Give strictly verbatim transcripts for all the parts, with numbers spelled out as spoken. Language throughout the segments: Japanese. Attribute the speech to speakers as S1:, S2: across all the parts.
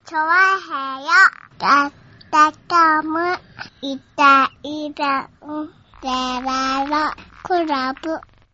S1: チョワヘヨだったかむいたいらんでららクラブ。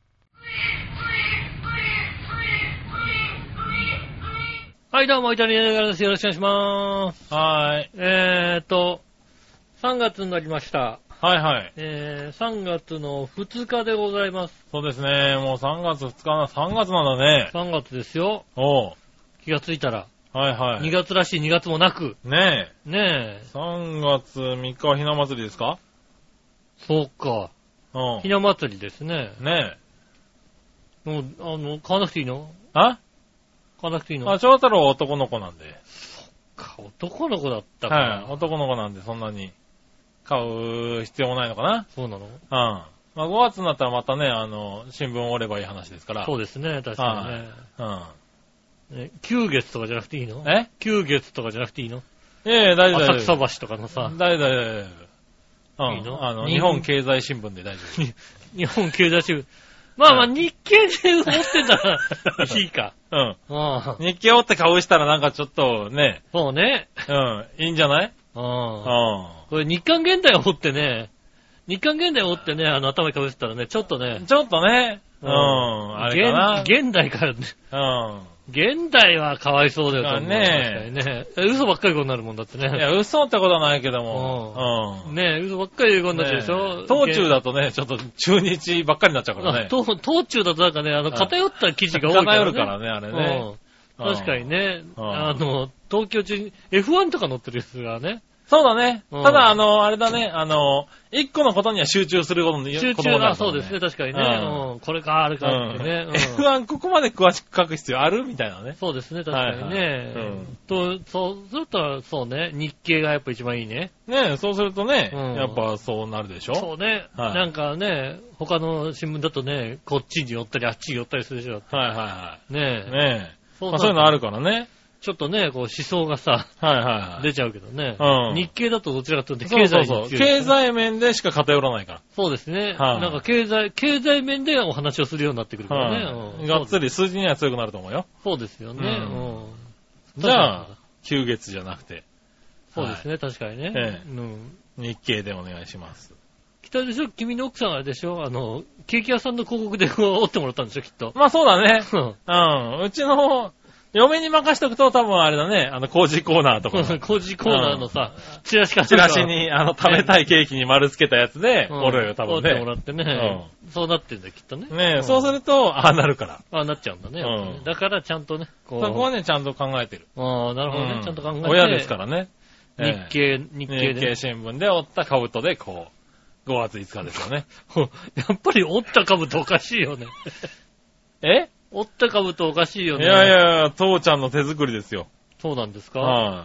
S2: はい、どうも、イタリアンです。よろしくお願いしまーす。
S3: はーい。
S2: えーと、さんがつになりました。
S3: はいはい。
S2: えー、さんがつのふつかでございます。
S3: そうですね。もうさんがつふつかな、さんがつなんだね。
S2: さんがつですよ。
S3: おう。
S2: 気がついたら。
S3: はいはい。
S2: にがつらしいにがつもなく。
S3: ね
S2: え。ねえ。
S3: さんがつみっかはひな祭りですか？
S2: そうか。
S3: うん。
S2: ひな祭りですね。
S3: ね
S2: え。もう、あの、買わなくていいの？
S3: あ
S2: 買わなくていいの？
S3: あ、翔太郎は男の子なんで。
S2: そっか、男の子だったか。
S3: はい。男の子なんでそんなに買う必要もないのかな？
S2: そうなの？
S3: うん。まあごがつになったらまたね、あの、新聞を折ればいい話ですから。
S2: そうですね、確かにね。
S3: うん。
S2: え、旧月とかじゃなくていいの？
S3: え？
S2: 旧月とかじゃなくていいの？
S3: いやいや、大丈夫。
S2: 浅草橋とかのさ。
S3: 大丈夫、大丈夫。うん。
S2: いいの？
S3: あの、日本経済新聞で大丈夫。
S2: 日本経済新聞。まあまあ、日経で持ってたらいいか。
S3: うん。
S2: ああ
S3: 日経折って買うしたらなんかちょっとね、
S2: そうね。
S3: うん、いいんじゃない？
S2: あ
S3: う
S2: あ
S3: ん。
S2: これ日刊現代を持ってね、日刊現代を持ってね、あの頭にかぶせたらね、ちょっとね。
S3: ちょっとね、うん、あれかな。
S2: 現現代からね。
S3: うん。
S2: 現代はかわいそうだよと思う。
S3: ね
S2: 確かにね。嘘ばっかりこうなるもんだってね。
S3: いや、嘘ってことはないけども。
S2: うん。ねえ、嘘ばっかりこうになっちゃうでしょ。
S3: 東中だとね、ちょっと中日ばっかりになっちゃうからね。
S2: 東中だとなんかね、あの、偏った記事が多いからね。
S3: 偏るからね、あれね。
S2: 確かにね、あの、東京中に エフワン とか乗ってる人がね。
S3: そうだね。
S2: うん、
S3: ただ、あの、あれだね、あの、一個のことには集中することに、
S2: 集中が、そうですね、確かにね。うんうん、これか、あれかってね。うん、
S3: エフワン ここまで詳しく書く必要あるみたいなね。
S2: そうですね、確かにね。はいはい、うん、と、そうすると、そうね、日経がやっぱ一番いいね。
S3: ねそうするとね、うん、やっぱそうなるでしょ。
S2: そうね、はい。なんかね、他の新聞だとね、こっちに寄ったり、あっちに寄ったりするでしょ。
S3: はいはいはい。
S2: ねえ。
S3: ねえ。そう、まあ、そういうのあるからね。
S2: ちょっとね、こう思想がさ、
S3: はいはいはい、
S2: 出ちゃうけどね。
S3: うん。
S2: 日経だとどちらかというと経済に強い、ね、
S3: そうそうそう。経済面でしか偏らないから。
S2: そうですね。
S3: はい、
S2: なんか経済、経済面でお話をするようになってくるからね。
S3: はい、うん、がっつり数字には強くなると思うよ。
S2: そうですよね。うん
S3: うん、じゃあ、旧月じゃなくて。
S2: そうですね、はい、確かにね、
S3: ええ、
S2: うん。
S3: 日経でお願いします。
S2: きっとでしょ、君の奥さんあれでしょ、あの、ケーキ屋さんの広告で折ってもらったんでしょ、きっと。
S3: まあそうだね。うん。うちの、嫁に任しとくと多分あれだね、あの、工事コーナーとか。
S2: 工事コーナーのさ、チラシか
S3: チラシに、あの、食べたいケーキに丸つけたやつで、おるよ、多分ね。
S2: 折ってもらってね。うん、そうなってんだよ、きっとね。
S3: ねえ、そうすると、ああなるから。
S2: ああなっちゃうんだね。うん、だからちゃんとね、
S3: こう。そこはね、ちゃんと考えてる。
S2: ああ、なるほどね、ちゃんと考えてる。
S3: 親ですからね。
S2: 日経、日経で。
S3: 日経新聞で折った兜で、こう、ごがついつかですよね。
S2: やっぱり折った兜おかしいよね。
S3: え
S2: 折った兜おかしいよね。
S3: いやいやいや、父ちゃんの手作りですよ。
S2: そうなんですか？
S3: はい、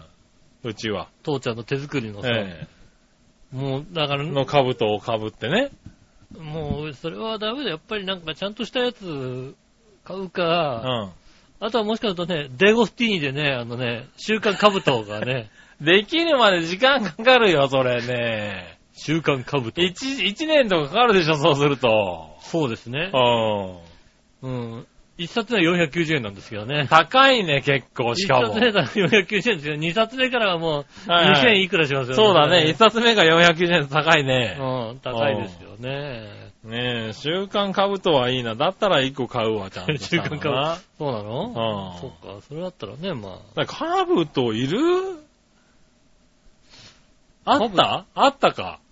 S3: うちは。
S2: 父ちゃんの手作りのさ、ええ、もう、だから、
S3: の兜をかぶってね。
S2: もう、それはダメだ。やっぱりなんかちゃんとしたやつ買うか、うん、あとはもしかするとね、デゴスティーニでね、あのね、週刊兜がね。
S3: できるまで時間かかるよ、それね。
S2: 週刊兜。
S3: 一、一年とかかかるでしょ、そうすると。
S2: そうですね。
S3: うん。
S2: うん。一冊目はよんひゃくきゅうじゅうえんなんですけどね。
S3: 高いね、結構、しかも。
S2: 一冊目だとよんひゃくきゅうじゅうえんですよ。二冊目からはもう、にせんいくらしますよね。
S3: そうだね。一冊目がよんひゃくきゅうじゅうえん高いね。
S2: うん、高いですよね。
S3: ねえ、週刊兜はいいな。だったら一個買うわ、ちゃんと。
S2: 週刊兜。そうなの？
S3: うん。
S2: そっか、それだったらね、ま
S3: あ。兜いる？あったあったか。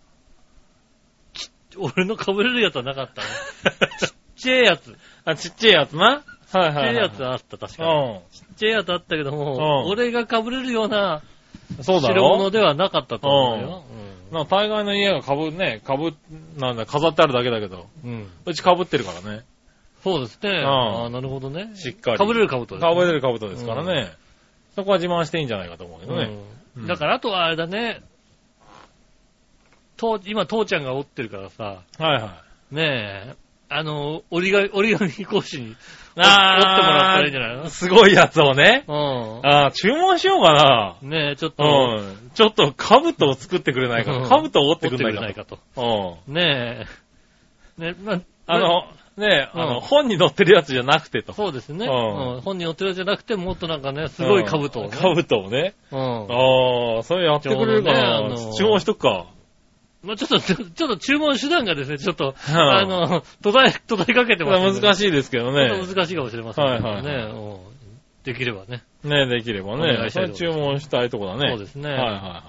S2: 俺の被れるやつはなかったね。ちっちゃいやつ。
S3: あ、ちっちゃいやつな。
S2: はいはい、はい。ちっちゃいやつあった、確かに。うん。ちっちゃいやつあったけども、うん、俺が被れるような、
S3: そうだろ？
S2: 白物ではなかったと思うよ。
S3: うん。なんか大概の家が被るね、被、なんだ、飾ってあるだけだけど、うん。うち被ってるからね。
S2: そうですね。うん。ああ、なるほどね。
S3: しっかり。
S2: 被れる兜です、ね。
S3: 被れる兜ですからね、うん。そこは自慢していいんじゃないかと思うけどね。
S2: うん。だからあとはあれだね、と、今、父ちゃんが折ってるからさ。
S3: はいはい。
S2: ねえ、あの、折り紙、折り紙講師に、あ折ってもらったらいいんじゃないの？
S3: すごいやつをね。
S2: うん。
S3: ああ、注文しようかな。
S2: ねえ、ちょっと。
S3: うん。ちょっと、兜を作ってくれないかと。兜を折ってくれないかと。
S2: うん。ねえ。ね、ま
S3: あの、 ね、
S2: うん、
S3: あの、本に載ってるやつじゃなくてと。
S2: そうですね。
S3: うん
S2: うん、本に載ってるやつじゃなくて、もっとなんかね、すごい兜をね。
S3: 兜をね。
S2: うん。
S3: ああ、それやってくれるかな。
S2: ね、あの
S3: 注文しとくか。
S2: まあ、ちょっと、ちょっと注文手段がですね、ちょっと、うん、あの、途絶え、途絶えかけてます、
S3: ね。難しいですけどね。
S2: 難しいかもしれませんけどね。
S3: はいはいはい、
S2: うん。できればね。
S3: ね、できればね。それ注文したいとこだね。
S2: そうですね。
S3: はいはいはい。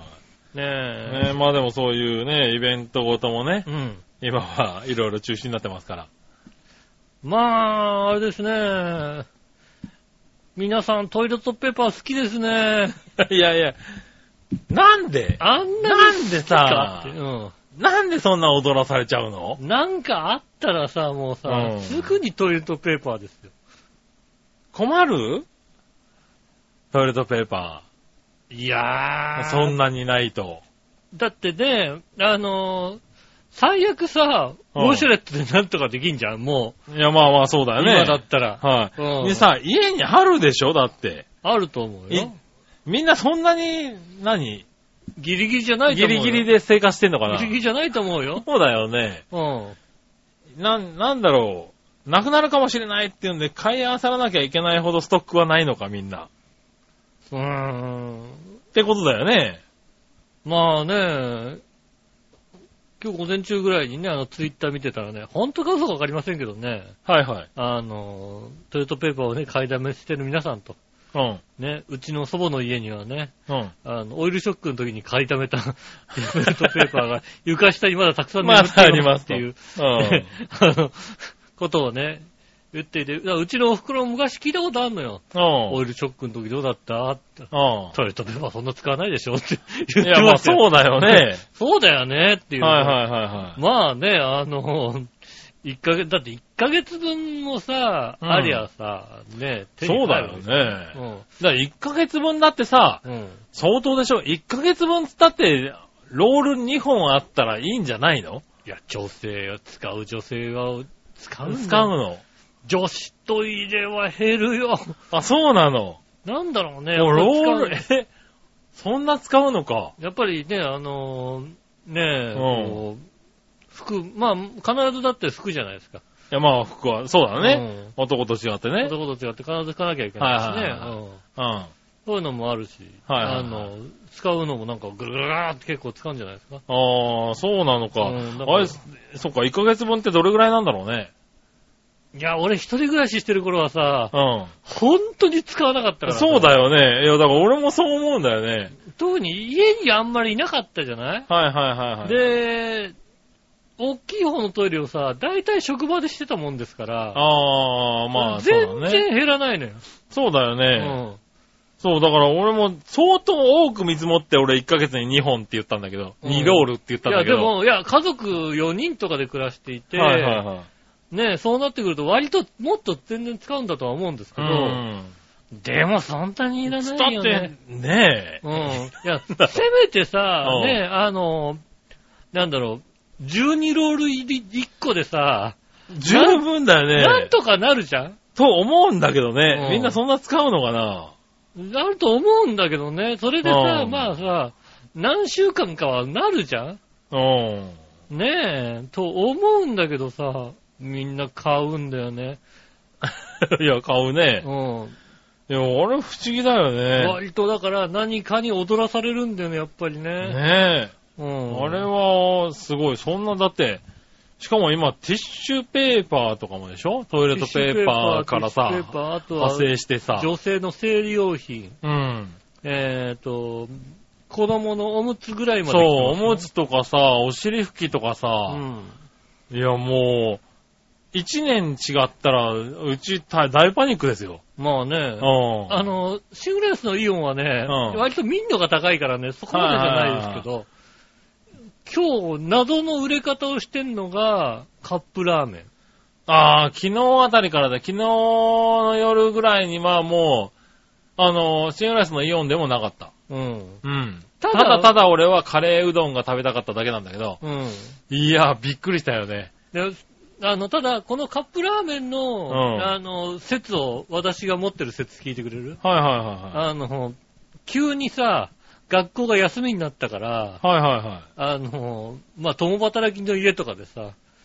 S2: ねえ。
S3: ねえ、まあでもそういうね、イベントごともね、
S2: うん、
S3: 今はいろいろ中止になってますから。
S2: まあ、あれですね。皆さんトイレットペーパー好きですね。
S3: いやいや、なんで
S2: あんな
S3: なんでさ、
S2: うん、
S3: なんでそんな踊らされちゃうの？
S2: なんかあったらさ、もうさ、うん、すぐにトイレットペーパーですよ。
S3: 困る？トイレットペーパ
S2: ー。いやー。
S3: そんなにないと。
S2: だってね、あのー、最悪さ、ウォシュレットでなんとかできんじゃん、も
S3: う。いや、まあまあそうだよね。
S2: 今だったら。
S3: はい、うん。でさ、家にあるでしょだって。
S2: あると思うよ。
S3: みんなそんなに、何
S2: ギリギリじゃないと思うよ。
S3: ギリギリで生活してんのかな？
S2: ギリギリじゃないと思うよ。
S3: そうだよね。
S2: うん。
S3: な、なんだろう。なくなるかもしれないっていうんで、買い漁らなきゃいけないほどストックはないのか、みんな。
S2: うーん。
S3: ってことだよね。
S2: まあね、今日午前中ぐらいにね、あの、ツイッター見てたらね、本当か嘘かわかりませんけどね。
S3: はいはい。
S2: あの、トイレットペーパーをね、買いだめしてる皆さんと。
S3: うん。
S2: ね、うちの祖母の家にはね、
S3: うん。
S2: あの、オイルショックの時に買いだめたトイレットペーパーが床下にまだたくさん
S3: 眠っていますって
S2: いう、
S3: うん、
S2: あの、ことをね、言っていて、うちのお袋も昔聞いたことあるのよ。
S3: うん。
S2: オイルショックの時どうだったって。
S3: うん。
S2: トイレットペーパーそんな使わないでしょって言ってましたよ。
S3: いや、まあそうだよね。
S2: そうだよねっていう。
S3: はいはいはいはい。
S2: まあね、あの、一ヶ月、だって一ヶ月分もさ、うん、ありゃさ、ね、
S3: 手に入る。そうだよね。うん。だから一ヶ月分だってさ、うん、相当でしょ。一ヶ月分つったって、ロールにほんあったらいいんじゃないの？
S2: いや、女性を使う女性は使う
S3: 使うの。
S2: 女子トイレは減るよ。
S3: あ、そうなの。
S2: なんだろうね。
S3: ロール、え、そんな使うのか。
S2: やっぱりね、あのー、ねえ、うん、服、まあ、必ずだって服じゃないですか。
S3: いや、まあ、服は、そうだね。うん、男と違ってね。
S2: 男と違って必ず拭かなきゃいけないしね。うん。そういうのもあるし、はいはいはい、あの、使うのもなんかぐるぐるーって結構使うんじゃないですか。
S3: ああ、そうなのか。うん、あれ、そっか、いっかげつぶんってどれぐらいなんだろうね。
S2: いや、俺一人暮らししてる頃はさ、
S3: うん。
S2: 本当に使わなかったから。
S3: そうだよね。いや、だから俺もそう思うんだよね。
S2: 特に家にあんまりいなかったじゃない？
S3: はいはいはいはい。
S2: で、大きい方のトイレをさ、大体職場でしてたもんですから。
S3: ああ、まあそうだね。
S2: 全然減らないのよ。
S3: そうだよね。うん。そう、だから俺も相当多く見積もって俺いっかげつににほんって言ったんだけど、うん、にロールって言ったんだけど。
S2: いやでも、いや、家族よにんとかで暮らしていて、
S3: はいはいはい。
S2: ねえ、そうなってくると割ともっと全然使うんだとは思うんですけど、うん、でもそんなにいらないよね。
S3: だってねえ。
S2: うん。いや、せめてさ、ねえ、あの、なんだろう、じゅうにロール入りいっこでさ、
S3: 十分だよね。
S2: なんとかなるじゃん
S3: と思うんだけどね、うん。みんなそんな使うのかな？
S2: なると思うんだけどね。それでさ、うん、まあさ、何週間かはなるじゃん
S3: うん。
S2: ねえ、と思うんだけどさ、みんな買うんだよね。
S3: いや、買うね。
S2: うん。
S3: いや、あれ不思議だよね。
S2: 割とだから何かに踊らされるんだよね、やっぱりね。
S3: ねえ。
S2: うん。
S3: あれは、すごい。そんな、だって、しかも今、ティッシュペーパーとかもでしょ？トイレットペーパーからさ、派生してさ。
S2: 女性の生理用品。
S3: うん。
S2: えっと、子供のおむつぐらいまで、
S3: ね。そう、おむつとかさ、お尻拭きとかさ、うん。いや、もう、一年違ったら、うち大パニックですよ。
S2: まあね。
S3: うん。
S2: あの、シングレースのイオンはね、うん、割と民度が高いからね、そこまでじゃないですけど、今日、謎の売れ方をしてんのが、カップラーメン。
S3: ああ、昨日あたりからだ。昨日の夜ぐらいに、まあもう、あの、シングレースのイオンでもなかった。
S2: うん。
S3: うん。ただ、ただただ俺はカレーうどんが食べたかっただけなんだけど、
S2: うん。
S3: いや、びっくりしたよね。
S2: であの、ただ、このカップラーメンの、
S3: うん、
S2: あの、説を、私が持ってる説聞いてくれる？
S3: はいはいはい、はい。
S2: あの、急にさ、学校が休みになったから、
S3: はいはいはい。
S2: あの、まあ、共働きの家とかでさ、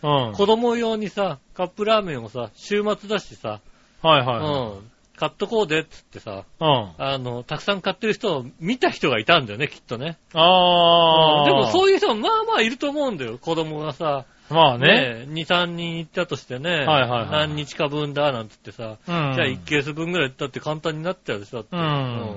S2: うん、子供用にさ、カップラーメンをさ、週末だしさ、
S3: はいはい、はい、
S2: うん。買っとこうでっつってさ、
S3: うん。
S2: あの、たくさん買ってる人を見た人がいたんだよね、きっとね。
S3: ああ、
S2: うん。でもそういう人もまあまあいると思うんだよ、子供がさ。
S3: まあね。
S2: ねに、さんにん行ったとしてね。
S3: はいはいはい。
S2: 何日か分だ、なんつってさ。うん、じゃあいちケース分ぐらいだって簡単になっちゃうでしょ、って。うん。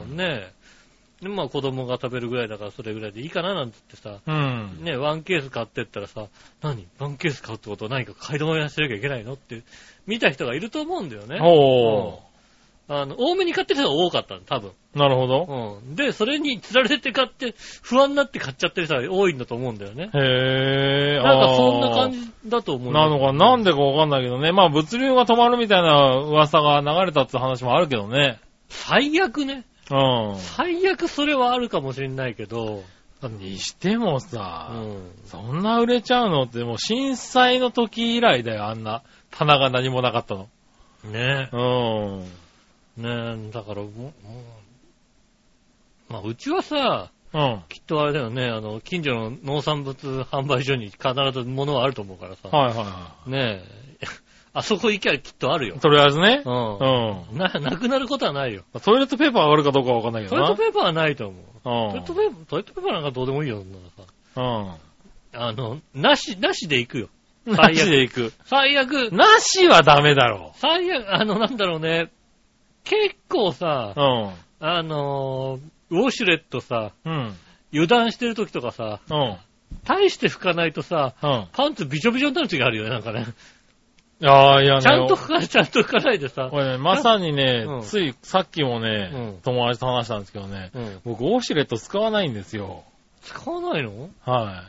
S2: うん、ねで、まあ子供が食べるぐらいだからそれぐらいでいいかな、なんつってさ。うん。ねワンケース買ってったらさ、何ワンケース買うってことは何か買い物しなきゃいけないのって、見た人がいると思うんだよね。
S3: おー。
S2: うんあの、多めに買ってる人が多かったの、多分。
S3: なるほど。
S2: うん。で、それに釣られて買って、不安になって買っちゃってる人が多いんだと思うんだよね。
S3: へー。
S2: なんかそんな感じだと思う。
S3: なのか、なんでかわかんないけどね。まあ、物流が止まるみたいな噂が流れたって話もあるけどね。
S2: 最悪ね。うん。最悪それはあるかもしれないけど。
S3: にしてもさ、うん、そんな売れちゃうのってもう震災の時以来だよ、あんな。棚が何もなかったの。
S2: ねえ。うん。ねえ、だからもう、まあ、うちはさ、うん、きっとあれだよね、あの、近所の農産物販売所に必ず物はあると思うからさ。
S3: はいはいはい。
S2: ねえ、あそこ行きゃきっとあるよ。
S3: とりあえずね。
S2: うん。うん。な、なくなることはないよ。
S3: トイレットペーパーあるかどうかはわかんないけどな。
S2: トイレットペーパーはないと思う。うん。トイレットペーパー、トイレットペーパーなんかどうでもいいよ、そんなのさ。うん。あの、なし、なしで行くよ。
S3: なしで行く。
S2: 最悪。
S3: なしはダメだろう。
S2: 最悪、あの、なんだろうね。結構さ、うん、あのー、ウォシュレットさ、うん、油断してる時とかさ、うん、大して拭かないとさ、うん、パンツびちょびちょになる時があるよね、なんかね。
S3: ああ、いやね。
S2: ちゃんと拭かない、ちゃんと拭かないでさ。
S3: これね、まさにね、うん、ついさっきもね、うん、友達と話したんですけどね、うん、僕、ウォシュレット使わないんですよ。
S2: 使わないの？
S3: はい。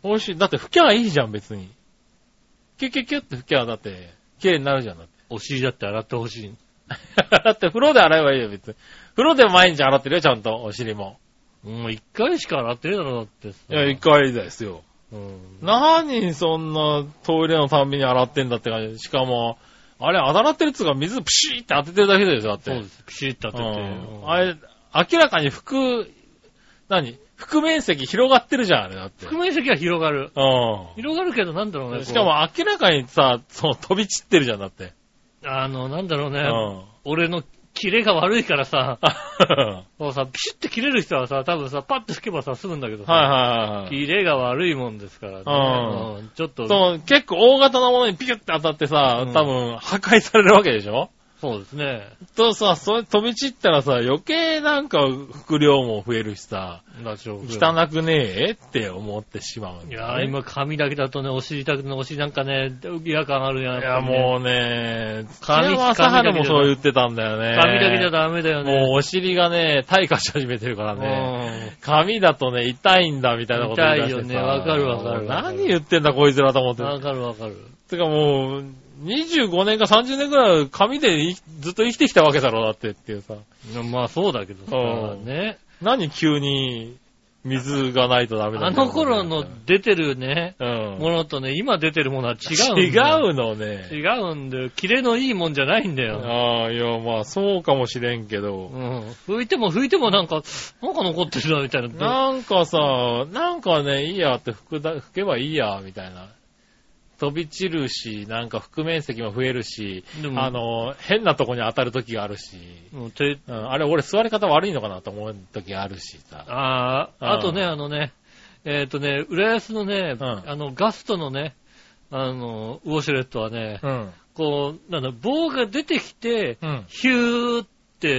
S3: ウォシュ、だって拭きゃいいじゃん、別に。キュキュキュって拭きゃだって、綺麗になるじゃん、だって。
S2: お尻だって洗ってほしい。
S3: だって風呂で洗えばいいよ、別に。風呂で毎日洗ってるよ、ちゃんと、お尻も。
S2: もう一回しか洗ってるだろ、だってさ。
S3: いや、一回ですよ。うん。何、そんなトイレのたんびに洗ってんだって感じ。しかも、あれ、洗ってるっつうか、水プシーって当ててるだけですよ、だって。
S2: そうです。プシーって当てて。
S3: うん、あれ、明らかに拭く、何拭く面積広がってるじゃん、あれだって。
S2: 拭く面積は広がる。うん。広がるけど、なんだろうね。
S3: しかも明らかにさ、そう、飛び散ってるじゃん、だって。
S2: あの、なんだろうね。うん、俺のキレが悪いからさ、そうさ、ピシッて切れる人はさ、多分さ、パッと拭けばさ、済むんだけどさ、はいはいはい、キレが悪いもんですからね。うんうん、ちょっと。
S3: そう、結構大型なものにピュッて当たってさ、うん、多分破壊されるわけでしょ？
S2: そうですね。
S3: とさ、それ飛び散ったらさ、余計なんか拭く量も増えるしさ、汚くねえって思ってしまうんだ、ね。
S2: いや、今髪だけだとね、お尻だけのお尻なんかね、違和感あるやん、ね。い
S3: や、もうね、髪朝春もそう言ってたんだよね。
S2: 髪だけじゃダメだよね。
S3: もうお尻がね、退化し始めてるからね。髪だとね、痛いんだみたいなこと言い出してさ。
S2: 痛いよね、わかるわかる。
S3: 何言ってんだこいつらと思って。
S2: わかるわかる。
S3: てかもう、にじゅうごねんかさんじゅうねんくらい髪でずっと生きてきたわけだろうだってっていうさ。
S2: まあそうだけどさ、ね。
S3: 何急に水がないとダメだ、
S2: ね、あの頃の出てるね、うん、ものとね、今出てるものは違うんだ
S3: よ。違うのね。
S2: 違うんだよ。キレのいいもんじゃないんだよ。
S3: ああ、いや、まあそうかもしれんけど。
S2: うん。拭いても拭いてもなんか、なんか残ってるな、みたいな。
S3: なんかさ、なんかね、いいやって拭くだ、拭けばいいや、みたいな。飛び散るし、なんか覆面積も増えるし、あの、変なとこに当たる時があるし、うん、あれ俺座り方悪いのかなと思う時があるしさ。
S2: ああ、あとね、あのね、えっ、ー、とね、浦安のね、うん、あの、ガストのね、あの、ウォシュレットはね、うん、こう、なんだ、棒が出てきて、うん、ヒューって、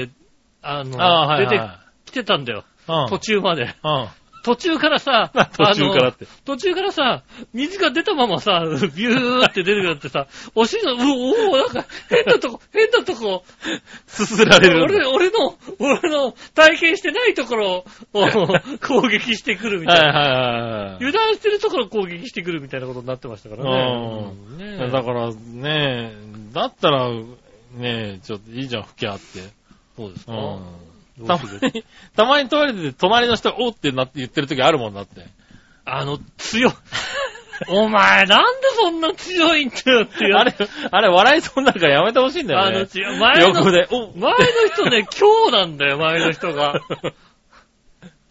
S2: あの、あはいはい、出てきてたんだよ。うん、途中まで。うん途中からさ、
S3: 途中からって。
S2: 途中からさ、水が出たままさ、ビューって出るよってさ、お尻の、うおおなんか、変なとこ、変なとこ、
S3: すすられる。
S2: 俺、俺の、俺の体験してないところを攻撃してくるみたいな。はいはいはい。油断してるところを攻撃してくるみたいなことになってましたからね。
S3: うんねだからね、だったら、ねちょっといいじゃん、吹きあって。
S2: そうですか。うん
S3: たまに、たまにトイレで隣の人がおってなって言ってる時あるもんだって。
S2: あの、強い。お前、なんでそんな強いんだよっていう。
S3: あれ、あれ、笑いそうになるからやめてほしいんだよね。あの、前
S2: の、横でお前の人ね、今日なんだよ、前の人が。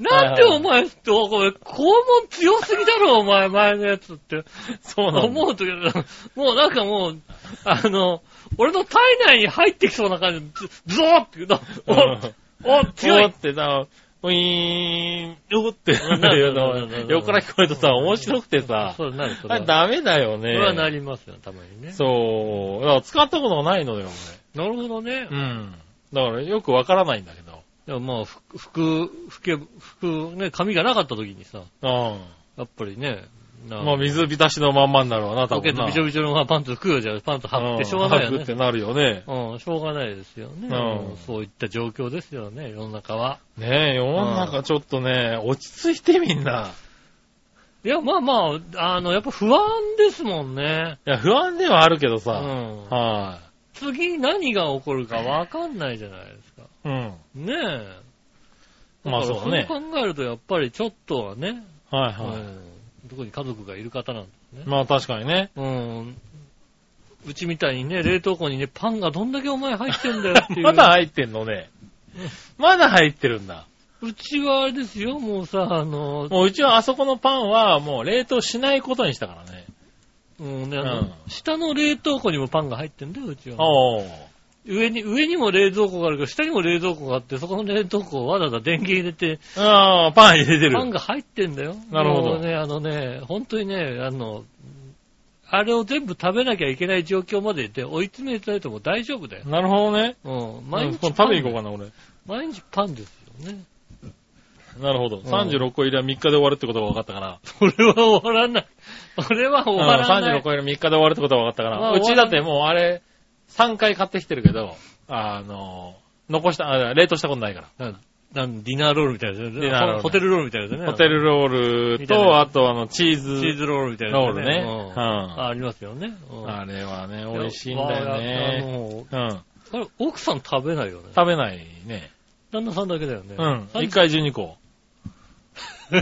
S2: なんでお前って、これ、肛門強すぎだろ、お前、前のやつって。
S3: そうなんだ。
S2: 思うとき、もうなんかもう、あの、俺の体内に入ってきそうな感じで、ズーって言うと、お、お、強い
S3: ってさ、ウィーン、よってなるよな。横から聞こえるとさ、面白くてさ、
S2: そうなると。
S3: あれダメだよね。
S2: それはなりますよ、たまにね。
S3: そう。だから使ったことがないのよ、
S2: 俺。なるほどね。
S3: うん。だからよくわからないんだけど。
S2: でもまあ、服、服、服、ね、髪がなかった時にさ、
S3: うん。
S2: やっぱりね、
S3: まあ水浸しのまんまになるわな、多分な。
S2: ポケットびちょびちょのパンツ服よじゃパンツ履ってしょうがないよね。
S3: 履くってなるよね。
S2: うん、しょうがないですよね。うん。そういった状況ですよね、世の中は。
S3: ねえ、世の中ちょっとね、落ち着いてみんな。
S2: いや、まあまあ、あの、やっぱ不安ですもんね。
S3: いや、不安ではあるけどさ。
S2: うん。
S3: はい。
S2: 次に何が起こるかわかんないじゃないですか。
S3: うん。
S2: ねえ。
S3: まあそうね。
S2: そう考えるとやっぱりちょっとはね。
S3: はいはい。
S2: うん特に家族がいる方なんですね。
S3: まあ確かにね。
S2: うん。うちみたいにね、冷凍庫にね、パンがどんだけお前入ってんだよっていう。
S3: まだ入ってんのね。まだ入ってるんだ。
S2: うちはあれですよ、もうさ、あの、
S3: もううちはあそこのパンはもう冷凍しないことにしたからね。
S2: うんね、あの、うん、下の冷凍庫にもパンが入ってんだよ、うちは。
S3: おー。
S2: 上に、上にも冷蔵庫があるけど、下にも冷蔵庫があって、そこの冷凍庫をわざわざ電源入れて、
S3: ああ、パン入れてる。
S2: パンが入ってんだよ。
S3: なるほど。
S2: ね、あのね、本当にね、あの、あれを全部食べなきゃいけない状況までで追い詰めてないとも大丈夫だよ。
S3: なるほどね。
S2: うん。毎日
S3: パン。食べに行こうかな、俺。
S2: 毎日パンですよね。
S3: なるほど。さんじゅうろっこ入れはみっかで終わるってことが分かったから。
S2: それは終わらない。それは終わらない。
S3: さんじゅうろっこ入れみっかで終わるってことが分かったから。まあ、うちだってもうあれ、さんかい買ってきてるけど、あの、残した、あ冷凍したことないから。
S2: なんディナーロールみたいなやつね。ディナーロール。ホテルロールみたいなやつね。
S3: ホテルロールと、あとあの、チーズ。
S2: チーズロールみたいなやつね。
S3: ロールね。
S2: うん。あ、ありますよね。
S3: あれはね、美味しいんだよね。
S2: うん。あれ、奥さん食べないよね。
S3: 食べないね。
S2: 旦那さんだけだよね。
S3: うん。いっかいじゅうにこ。
S2: う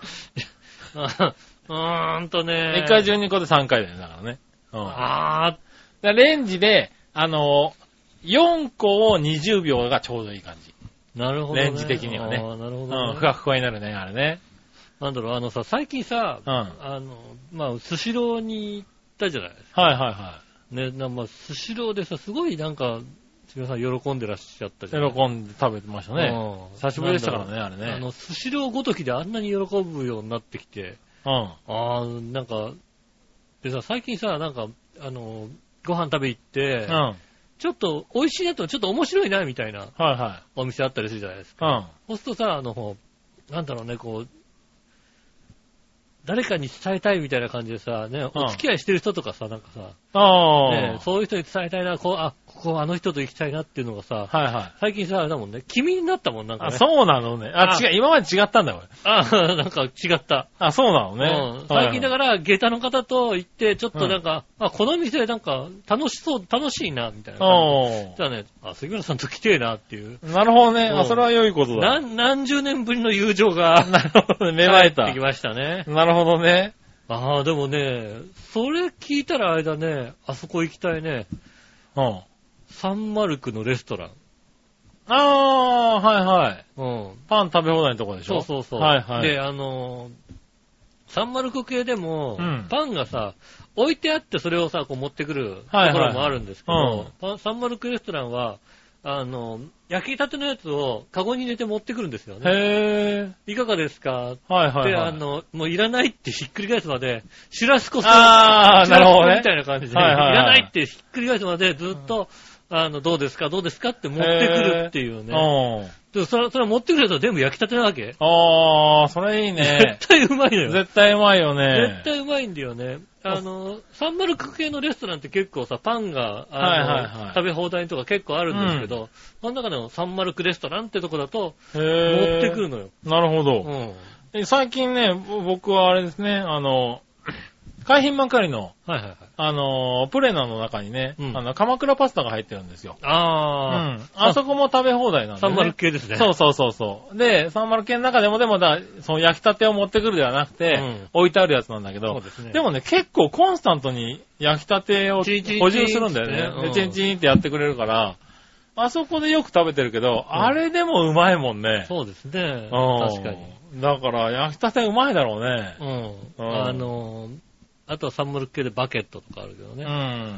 S2: ーんとね。
S3: いっかいじゅうにこでさんかいだよね、だからね。
S2: うん。あ
S3: ー。レンジで、あの、よんこをにじゅうびょうがちょうどいい感じ。
S2: なるほど、ね。
S3: レンジ的にはね。
S2: ああ、なるほど、ね。
S3: うん、ふわふわになるね、あれね。
S2: なんだろう、あのさ、最近さ、
S3: うん、
S2: あの、まあ、スシローに行ったじゃないですか。
S3: はいはいはい。
S2: ね、なまあ、スシローでさ、すごいなんか、皆さん喜んでらっしゃったじゃない
S3: 喜んで食べてましたね。うん、久しぶりでしたからね、あれね。
S2: あの、スシローごときであんなに喜ぶようになってきて。
S3: うん。
S2: ああ、なんか、でさ、最近さ、なんか、あの、ご飯食べ行って、うん。ちょっと美味しいなとちょっと面白いなみたいなお店あったりするじゃないですか。
S3: はいはい、
S2: うん。そうするとさ、あの、なんだろうね、こう、誰かに伝えたいみたいな感じでさ、ね、お付き合いしてる人とかさ、なんかさ、
S3: あ
S2: ね、そういう人に伝えたいな、こう、あ、ここあの人と行きたいなっていうのがさ、
S3: はいはい、
S2: 最近さ、あれだもんね、君になったもんなんかね。
S3: あ、そうなのね。あ、違う、今まで違ったんだよ。
S2: あ、なんか違った。
S3: あ、そうなのね。
S2: うん、最近だから、下駄の方と行って、ちょっとなんか、うん、あ、この店なんか楽しそう、楽しいな、みたいな感じ。じゃあね、あ、杉村さんと来てえなっていう。
S3: なるほどね。あ、それは良いことだ。
S2: 何、何十年ぶりの友情が、
S3: なるほどね、芽生えた。
S2: 帰ってきましたね。
S3: なるほどね。
S2: ああ、でもね、それ聞いたらあれだね、あそこ行きたいね。
S3: うん。
S2: サンマルクのレストラン。
S3: ああ、はいはい。
S2: うん。
S3: パン食べ放題のとこでしょ。
S2: そうそうそう。
S3: はいはい。
S2: で、あのー、サンマルク系でも、
S3: うん、
S2: パンがさ、置いてあってそれをさ、こう持ってくるところもあるんですけど、はいはいうん、サンマルクレストランは、あの、焼きたてのやつをカゴに入れて持ってくるんですよね。
S3: へー。
S2: いかがですか
S3: はいはいはい。
S2: で、あの、もういらないってひっくり返すまで、シュラスコス
S3: あー、なるほどね。
S2: みたいな感じで、
S3: はいはいはい、
S2: いらないってひっくり返すまでずっと、うん、あの、どうですかどうですかって持ってくるっていうね。でもそれ、それ持ってくるやつは全部焼きたてなわけ。
S3: あー、それいいね。
S2: 絶対うまいのよ。
S3: 絶対うまいよね。
S2: 絶対うまいんだよね。あの、サンマルク系のレストランって結構さ、パンが、あの、はいはいはい、食べ放題とか結構あるんですけど、うん、その中でもサンマルクレストランってとこだと、持ってくるのよ。
S3: なるほど、うん。最近ね、僕はあれですね、あの、海浜幕張の、
S2: はいはいはい、
S3: あの、プレナの中にね、うん、あの、鎌倉パスタが入ってるんですよ。
S2: あ
S3: あ、うん。あそこも食べ放題なんで、ね。
S2: サンマルク系ですね。
S3: そうそうそうそう。で、サンマルク系の中でもでもだ、その焼きたてを持ってくるではなくて、うん、置いてあるやつなんだけど、 で, ね、でもね、結構コンスタントに焼きたてを補充するんだよね。で、チンチンってやってくれるから、 あそこでよく食べてるけど、うん、あれでもうまいもんね。
S2: そうですね。確かに。
S3: だから焼きたてうまいだろうね。
S2: うん。うん、あのー、あとはサンムル系でバケットとかあるけどね。うん。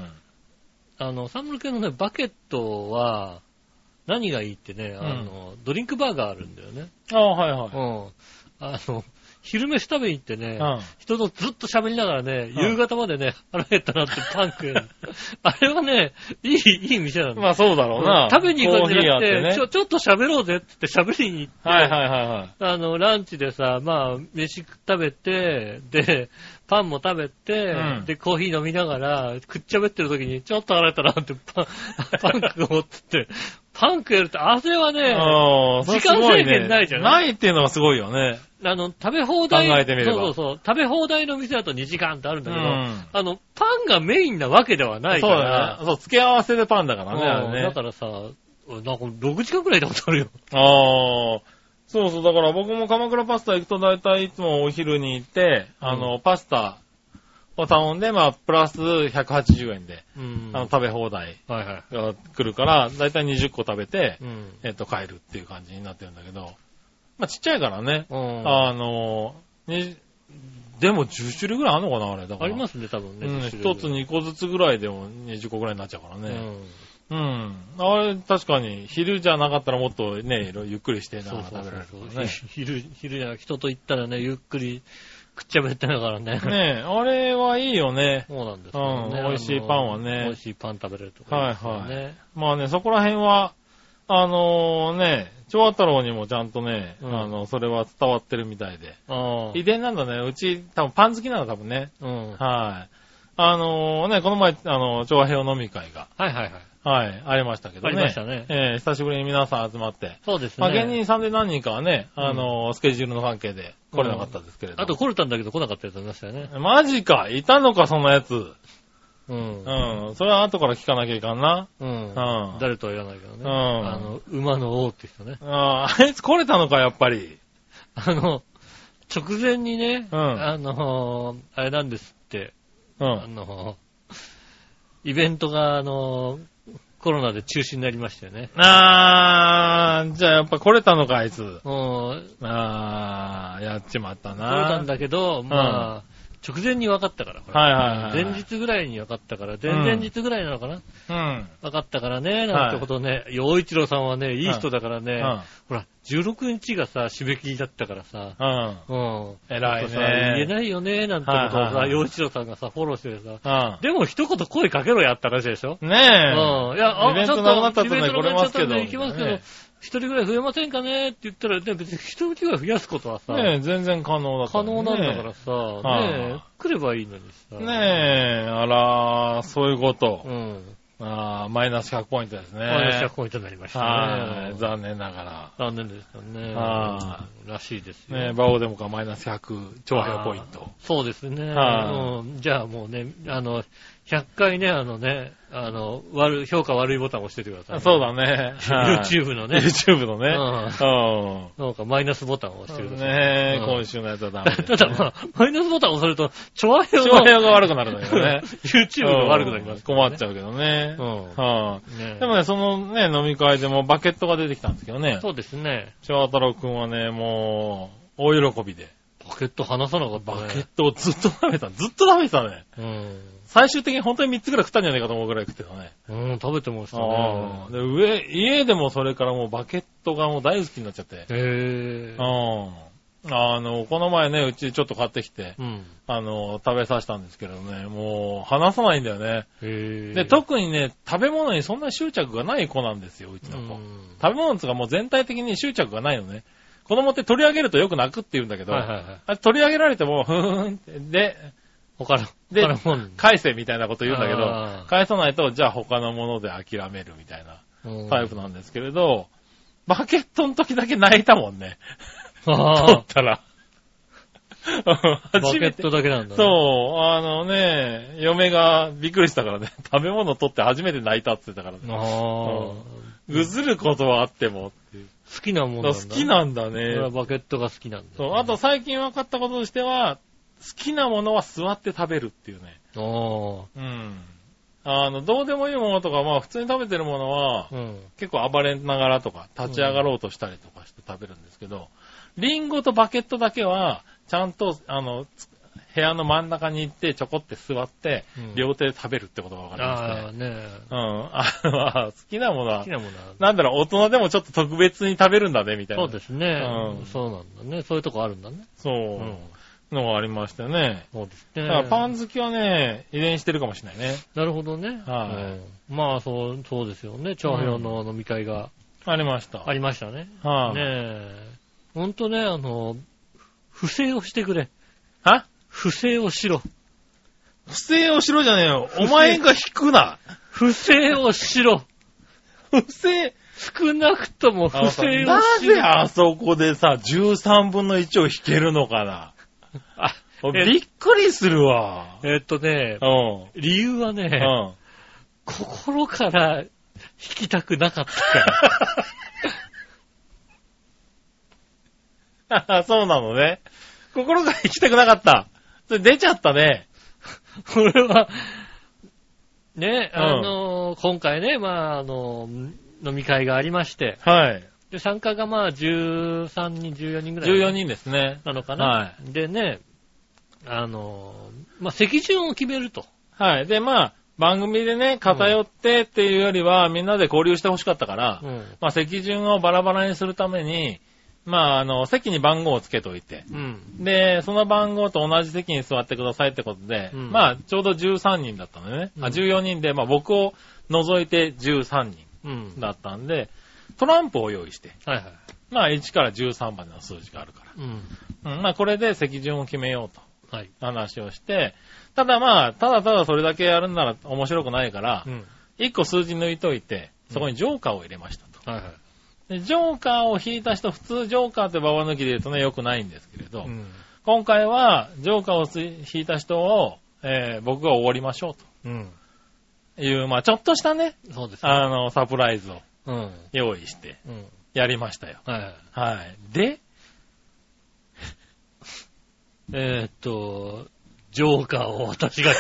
S2: あの、サンムル系のね、バケットは、何がいいってね、あの、うん、ドリンクバーがあるんだよね。
S3: ああ、はいはい。
S2: うん。あの、昼飯食べに行ってね、うん、人とずっと喋りながらね、うん、夕方までね、腹減ったなってパン食える。あれはね、いい、いい店なんだ。
S3: まあそうだろうな。
S2: うん、食べに行くんじゃなくて、ね、ちょ、ちょっと喋ろうぜって言って喋りに行って、
S3: はいはいはいはい。
S2: あの、ランチでさ、まあ、飯食べて、で、パンも食べて、うん、で、コーヒー飲みながら、くっちゃべってる時に、ちょっと腹減ったなってパン、パン食おうって言って、パン食えるって、あれはね、時間制限ないじゃない、
S3: ね、ないっていうのがすごいよね。
S2: あの、食べ放題。
S3: 考えてみれば。
S2: そうそうそう。食べ放題の店だとにじかんってあるんだけど、うん、あの、パンがメインなわけではないから。
S3: そうだね。そう、付け合わせでパンだからね。あれね
S2: だからさ、なんかろくじかんくらいいたことあるよ。
S3: ああ。そうそう、だから僕も鎌倉パスタ行くと大体いつもお昼に行って、うん、あの、パスタを頼んで、まあ、プラスひゃくはちじゅうえんで、うん、あの、食べ放題が来るから、大体にじゅっこ食べて、うん、えっと、帰るっていう感じになってるんだけど、まあ、ちっちゃいからね。うん、あの、に、でもじゅっしゅるいぐらいあるのかな、あれ。だから。
S2: ありますね、多分ね。
S3: うん、一つにこずつぐらいでもにじゅっこぐらいになっちゃうからね。うん。うん。あれ、確かに、昼じゃなかったらもっとね、ゆっくりしてながら食べられるからね。
S2: 昼、昼じゃ人と行ったらね、ゆっくり食っちゃべってながらね。
S3: ねえ、あれはいいよね。
S2: そうなんですよね。
S3: うん、美味しいパンはね。
S2: 美味しいパン食べれるとか、ね。はいはい。
S3: まあね、そこら辺は、あのー、ね、長太郎にもちゃんとね、うん、あの、それは伝わってるみたいで。遺伝なんだね。うち、多分パン好きなの多分ね。うん。はい。あのー、ね、この前、あの、長平飲み会が。
S2: はいはいはい。
S3: はい、ありましたけどね。
S2: ありましたね。
S3: えー、久しぶりに皆さん集まって。
S2: そうですね。
S3: まあ芸人さんで何人かはね、あのーうん、スケジュールの関係で来れなかったですけれど、
S2: うん。あと来れたんだけど来なかったやつありましたよね。
S3: マジか、いたのか、そんなやつ。
S2: うん。
S3: うん。それは後から聞かなきゃいかんな。
S2: うん。うん。誰とは言わないけどね。うん。あの、馬の王って人ね。
S3: ああ、あいつ来れたのか、やっぱり。
S2: あの、直前にね、うん。あの、あれなんですって。うん。あの、イベントが、あの、コロナで中止になりましたよね。
S3: あー、じゃあやっぱ来れたのか、あいつ。うん。あー、やっちまったな。
S2: 来れたんだけど、まあ、うん直前に分かったから。
S3: はいはいはい。
S2: 前日ぐらいに分かったから、前々日ぐらいなのかな、うん、分かったからね、なんてことね、陽一郎さんはね、いい人だからね、うん、ほら、じゅうろくにちがさ、締め切りだったからさ、うん。うん。
S3: 偉いね。
S2: 言えないよね、なんてことをさ、陽一郎さんがさ、フォローしてさ、うん、でも一言声かけろやったらしいでしょ
S3: ねえ。
S2: うん。いや、あ、
S3: イベントなくなったとね、これますけど。
S2: 行きますけど、一人ぐらい増えませんかねって言ったら、ね、別に一人ぐらい増やすことはさ、
S3: ねえ、全然可能だから、
S2: ね。可能なんだからさ、ねえ、来ればいいのにさ。
S3: ねえ、あら、そういうこと。うん。ああ、マイナスひゃくポイントですね。
S2: マイナスひゃくポイントになりましたね。
S3: はい。残念ながら。
S2: 残念ですよね。
S3: ああ。
S2: らしいですよ。
S3: ねえ、バオデモかマイナスひゃく、長平ポイント。
S2: そうですね。うん。じゃあもうね、あの、ひゃっかいね、あのね、あの、悪、評価悪いボタンを押しててください、ね。
S3: そうだね。
S2: YouTube のね。
S3: YouTube のね。うん。
S2: なんかマイナスボタンを押してください。
S3: ねえ、今週のやつはダメ。
S2: ただまあ、マイナスボタンを押されると、チョアヘヨ
S3: が悪くなるんだけどね。
S2: YouTube が悪くなります。
S3: 困っちゃうけどね。うん。はあ。でもね、そのね、飲み会でもバケットが出てきたんですけどね。
S2: そうですね。
S3: 翔太郎くんはね、もう、大喜びで。
S2: バケット離さなかった
S3: ね。バケットをずっと食べた。ずっと食べてたね。うん。最終的に本当にみっつぐらい食ったんじゃないかと思うぐらい食ってたね。
S2: うん、食べてましたね。
S3: で、上、家でもそれからもうバケットがもう大好きになっちゃって。へ
S2: ぇー。
S3: うん。あの、この前ね、うちちょっと買ってきて、うん、あの、食べさせたんですけどね、もう、離さないんだよね。へー。で、特にね、食べ物にそんな執着がない子なんですよ、うちの子。食べ物とかもう全体的に執着がないのね。子供って取り上げるとよく泣くって言うんだけど、はいはいはい、あ取り上げられても、ふーんって、で、
S2: 他の、
S3: で、返せみたいなこと言うんだけど、返さないと、じゃあ他のもので諦めるみたいなタイプなんですけれど、バケットの時だけ泣いたもんね。取ったら。
S2: バケットだけなんだ、ね。
S3: そう、あのね、嫁がびっくりしたからね、食べ物取って初めて泣いたって言ってたからね。あぐずることはあってもっていう。
S2: 好きなもんなんだ。
S3: 好きなんだね。そ
S2: れはバケットが好きなんだ、ね。
S3: そう、あと最近分かったこととしては、好きなものは座って食べるっていうね。ああ。うん。 あの、どうでもいいものとか、まあ普通に食べてるものは、うん、結構暴れながらとか、立ち上がろうとしたりとかして食べるんですけど、リンゴとバケットだけは、ちゃんと、あの、部屋の真ん中に行ってちょこって座って、うん、両手で食べるってことが分かりますね。ああね。うん。あ好きなものは、好きなものはなんだろう、大人でもちょっと特別に食べるんだね、みたいな。
S2: そうですね。うん。そうなんだね。そういうとこあるんだね。
S3: そう。うんのがありましたよね。
S2: そうですね。
S3: だからパン好きはね、遺伝してるかもしれないね。
S2: なるほどね。はい、うん。まあそう、そうですよね。長編の飲み会が、
S3: うん。ありました。
S2: ありましたね。
S3: はい、
S2: ねえ。ほんとね、あの、不正をしてくれ。
S3: は
S2: 不正をしろ。
S3: 不正をしろじゃねえよ。お前が引くな。
S2: 不正をしろ。
S3: 不正
S2: 少なくとも不正をしろ。
S3: なぜあそこでさ、じゅうさんぶんのいちを引けるのかな。あ、びっくりするわ。
S2: えー、っとね、
S3: うん、
S2: 理由はね、うん、心から引きたくなかった
S3: から。そうなのね。心から引きたくなかった。それ出ちゃったね。
S2: これは、ね、あの、うん、今回ね、まあ、あの、飲み会がありまして、
S3: はい。
S2: で、参加がまあじゅうさんにん、じゅうよにんぐらい。
S3: じゅうよにんですね。
S2: なのかな。
S3: はい。
S2: でね、あの、まあ、席順を決めると。
S3: はい。で、まあ、番組でね、偏ってっていうよりは、うん、みんなで交流してほしかったから、うん、まあ、席順をバラバラにするために、まあ、あの、席に番号をつけておいて、うん、で、その番号と同じ席に座ってくださいってことで、うん、まあ、ちょうどじゅうさんにんだったのでね、うん、あじゅうよにんで、まあ、僕を除いてじゅうさんにんだったんで、うんトランプを用意して。はいはい。まあ、いちからじゅうさんばんの数字があるから。うん。うん、まあ、これで席順を決めようと。はい。話をして、ただまあ、ただただそれだけやるんなら面白くないから、うん。いっこ数字抜いといて、そこにジョーカーを入れましたと。はいはい。で、ジョーカーを引いた人、普通ジョーカーってババ抜きで言うとね、良くないんですけれど、うん。今回は、ジョーカーを引いた人を、えー、僕が終わりましょうと。うん。いう、まあ、ちょっとしたね。そうですね。あの、サプライズを。うん、用意して、やりましたよ。はい。はい。で、
S2: えーっと、ジョーカーを私が引き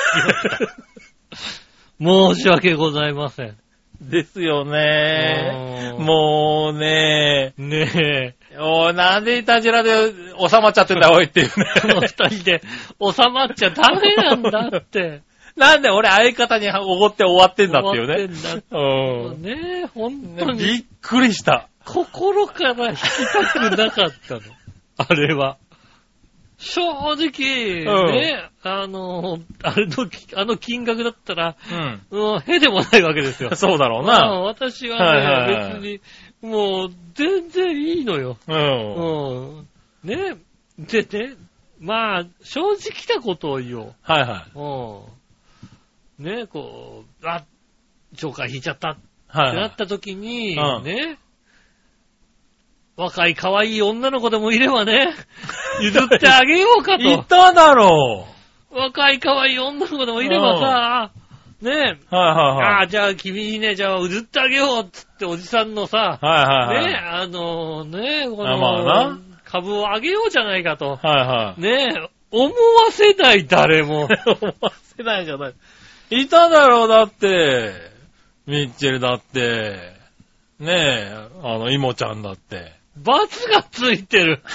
S2: ました。申し訳ございません。
S3: ですよね。もうね
S2: ね
S3: え。おなんでいたじらで収まっちゃってんだ、おいっていうね。
S2: この二人で収まっちゃダメなんだって。
S3: なんで俺相方におごって終わってんだっていうね。
S2: 終わってんだって。うん。ねえ、ほんとに。
S3: びっくりした。
S2: 心から引きたくなかったの。あれは。正直、うん、ね、あの、あれの、あの金額だったら、うん、うん、へでもないわけですよ。
S3: そうだろうな。
S2: まあ、私はね、はいはいはい、別に、もう、全然いいのよ。うん。うん。ね、でね、まあ、正直なことを言おう。
S3: はいはい。
S2: うん。ね、こう、あ、ジョーカー引いちゃったってなった時に、はいはい、ね、うん、若い可愛い女の子でもいればね、譲ってあげようかと。
S3: いただろ
S2: う。若い可愛い女の子でもいればさ、うん、ね、はいはいはい。ああ、じゃあ君にね、じゃあ譲ってあげようっつっておじさんのさ、
S3: はいはいはい、
S2: ね、あの、ね、この、
S3: まあな
S2: 株をあげようじゃないかと。
S3: はいはい。
S2: ね、思わせない誰も。
S3: 思わせないじゃない。いただろう、だって。ミッチェルだって。ねえ、あの、イモちゃんだって。
S2: 罰がついてる。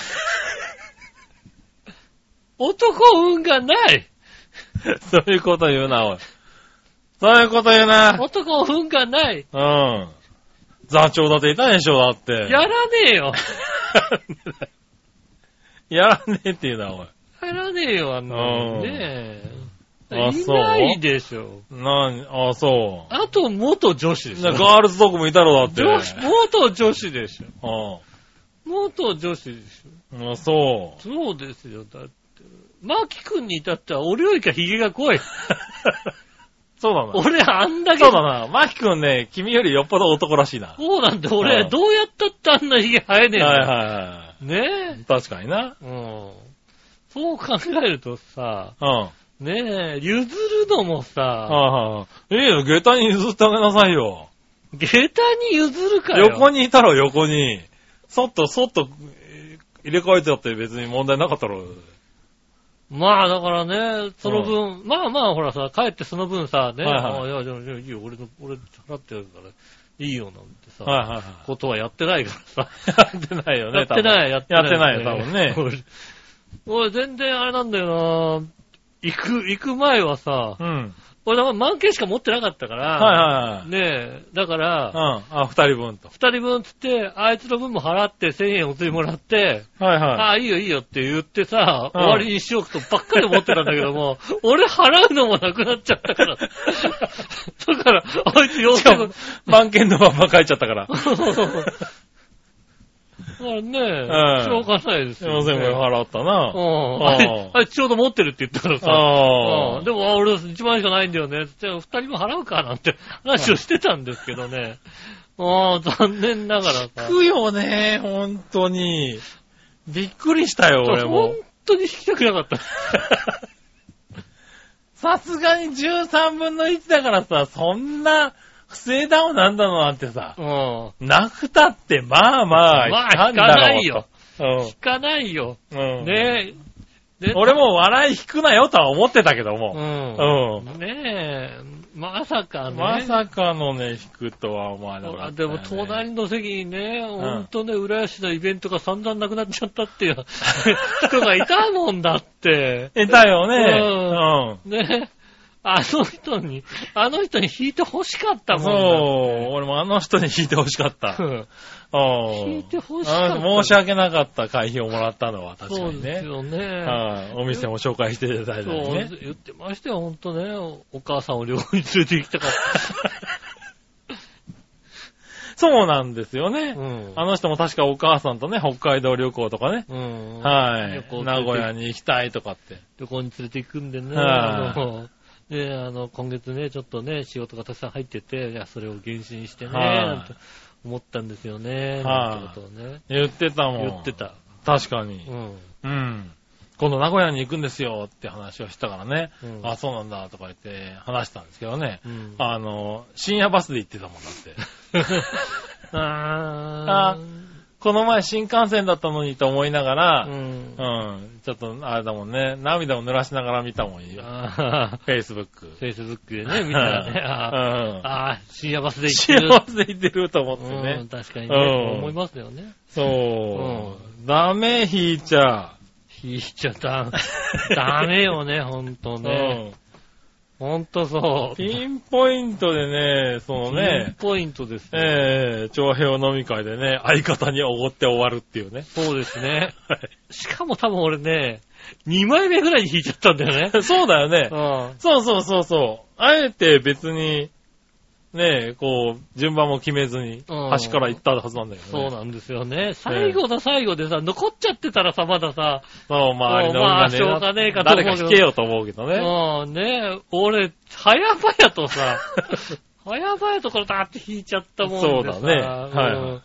S2: 男運がない。
S3: そういうこと言うな、おい。そういうこと言うな。
S2: 男運がない。
S3: うん。座長だっていたでしょ、だって。
S2: やらねえよ。
S3: やらねえって言うな、おい。
S2: やらねえよ、あんなの。ねえ。あ、いないでしょ。
S3: なに、あ、そう。
S2: あと、元女子でしょ。
S3: ガールズトークもいたろ、だって。
S2: 女子、元女子でしょ。ああ元女子でし
S3: ょ。あ、そう。
S2: そうですよ。だって、マキ君に至っては、俺よりかヒゲが濃い。
S3: そうだな。
S2: 俺、あんだけ。
S3: そうだな。マキ君ね、君よりよっぽど男らしいな。
S2: そうなんだ。俺、どうやったってあんなヒゲ生えねえんだよ。
S3: はいはいはい。
S2: ねえ。
S3: 確かにな。
S2: うん。そう考えるとさ、
S3: うん。
S2: ねえ、譲るのもさ、
S3: はあ、いいよ、下駄に譲ってあげなさいよ。
S2: 下駄に譲るかよ。
S3: 横にいたろ、横に。そっと、そっと、入れ替えちゃって別に問題なかったろ。
S2: まあだからね、その分、うん、まあまあほらさ、帰ってその分さ、ね、はいはい、あいや、じゃあいいよ、俺の、俺払ってやるから、いいよなんてさ、はいはいはい、ことはやってないから
S3: さ。やってないよね、
S2: やってない、やってない。
S3: やってないよ、多分ね。
S2: 俺、俺全然あれなんだよな、行く、行く前はさ、うん。俺だから満券しか持ってなかったから、はいはいはい。ねえ、だから、
S3: うん。あ、二人分と。
S2: 二人分つって、あいつの分も払って千円お釣りもらって、はいはい。ああ、いいよいいよって言ってさ、うん、終わりにしようとばっかり思ってたんだけども、俺払うのもなくなっちゃったから。だから、あいつようやく。
S3: 満券のまま帰っちゃったから。
S2: まあね、うん、しょうがないですよ、ね。
S3: よんせんごえん払ったな。
S2: うん。あれ、あれちょうど持ってるって言ったからさ。ああ。でも、俺いちまん円しかないんだよね。じゃあ、二人も払うかなんて話をしてたんですけどね。ああ、残念ながらさ。
S3: 引くよね、ほんとに。びっくりしたよ、俺も。
S2: ほんとに引きたくなかった。
S3: さすがにじゅうさんぶんのいちだからさ、そんな、不正だもなんだのなんてさ、うん、なくたって、まあまあ、
S2: まあ、引かないよ。うん、引かないよ。うん、ね
S3: え。俺も笑い引くなよとは思ってたけども。
S2: うん。うん、ねえ、まさかね。
S3: まさかのね、引くとは思わなかった、ね。
S2: でも、隣の席にね、うん、ほんとね、浦安のイベントが散々なくなっちゃったっていう人がいたもんだって。
S3: いたよね。
S2: うん。ねえ。あの人に、あの人に弾いて欲しかったもん
S3: だ。そう、俺もあの人に弾いて欲しかった。うん。
S2: 弾いて欲しかった。
S3: 申し訳なかった会費をもらったのは確かにね。そう
S2: ですよね。
S3: はい、お店も紹介していただいたりね。
S2: そう、言ってましたよ、ほんとね。お母さんを旅行に連れて行きたかった。
S3: そうなんですよね、うん。あの人も確かお母さんとね、北海道旅行とかね。うん、はい。名古屋に行きたいとかって。
S2: 旅行に連れて行くんでね。はい。で、あの、今月ね、ちょっとね、仕事がたくさん入ってて、いや、それを減薪してね、なんて思ったんですよね、なんてことをね。
S3: 言ってたもん。
S2: 言ってた。
S3: 確かに。うん。うん。今度名古屋に行くんですよって話をしたからね。うん、あ、そうなんだとか言って話したんですけどね。うん、あの、深夜バスで行ってたもんだって。あーこの前新幹線だったのにと思いながら、うん、うん、ちょっとあれだもんね、涙を濡らしながら見たもんよ。Facebook。
S2: Facebook でね、見たらね、あ、うん、あ、深夜バスで行
S3: ってる。深夜バスで行ってると思ってね。
S2: うん、確かにね、うん、思いますよね。
S3: そう。うん、ダメ、引いちゃ。
S2: 引いちゃダメ。ダメよね、ほんとね。うんほんとそう。
S3: ピンポイントでね、そのね。
S2: ピンポイントですね。
S3: ええー、長平飲み会でね、相方におごって終わるっていうね。
S2: そうですね。はい。しかも多分俺ね、にまいめぐらいに引いちゃったんだよね。
S3: そうだよね。うん。そうそうそうそう。あえて別に、ねえ、こう、順番も決めずに、端から行ったはずなんだよね。
S2: そうなんですよね。最後の最後でさ、残っちゃってたらさ、まださ、
S3: そう、周りのみんなね、まあ、
S2: しょうがねえかと思うけど。
S3: 誰か引けよと思うけどね。
S2: うん、ねえ、俺、早々とさ、早々とこれだって引いちゃったもんでさ。
S3: そうだね。はい、はい。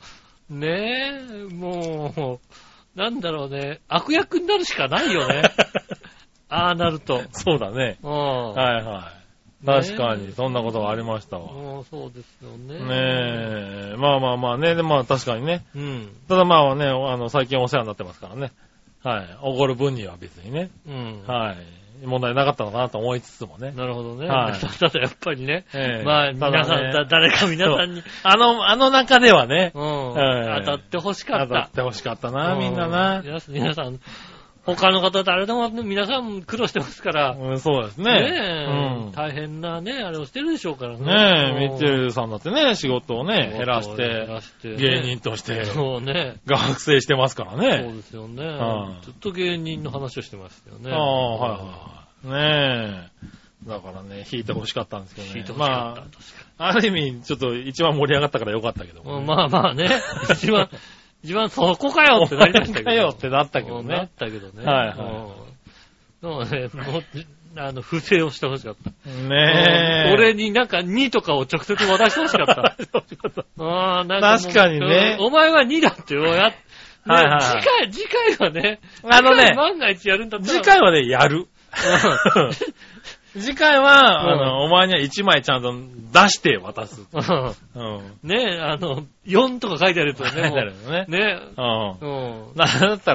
S2: ねえ、もう、なんだろうね、悪役になるしかないよね。ああなると。
S3: そうだね。うん。はいはい。確かに、そんなことがありましたわ。
S2: ああ、そうですよね。
S3: ねえ。まあまあまあね、でまあ確かにね。うん。ただまあね、あの、最近お世話になってますからね。はい。おごる分には別にね。うん。はい。問題なかったのかなと思いつつもね。
S2: なるほどね。はい。ただやっぱりね。ええ、まあ、皆さん、ね、誰か皆さんに。
S3: あの、あの中ではね。
S2: うん。ええ、当たってほしかった。
S3: 当たってほしかったな、みんなな。
S2: 皆さん。他の方誰でも皆さん苦労してますから。
S3: うん、そうですね。
S2: ねえ、うん、大変なね、あれをしてるでしょうからね。
S3: ねえ、ミッチェルさんだってね、仕事をね、減らして、減らしてね、芸人として、そうね。学生してますからね。
S2: そうですよね。うん、ずっと芸人の話をしてましたよね。
S3: ああ、はいはい。ねえ。だからね、弾いてほしかったんですけどね。
S2: 弾いてほしかった。ま
S3: あ、ある意味、ちょっと一番盛り上がったからよかったけど、ね。
S2: うん、まあまあね、一番、一番そこかよってなりましたけど。
S3: そこかよってなったけどね。
S2: なったけどね。
S3: はいはい。
S2: そうね、もう、あの、不正をしてほしかった。
S3: ねえ。
S2: 俺になんかにとかを直接渡してほしかった。
S3: ああ、なんか確かにね。
S2: お前はにだってや、はいはい。次回、次回はね、あのね、万が一やるんだったら。
S3: 次回はね、やる。次回は、うん、あの、お前にはいちまいちゃんと出して渡す。うん。
S2: ねえ、あの、よんとか書いてあるとね。書
S3: いてあるよね。
S2: ね
S3: え。うん。うん。だったらも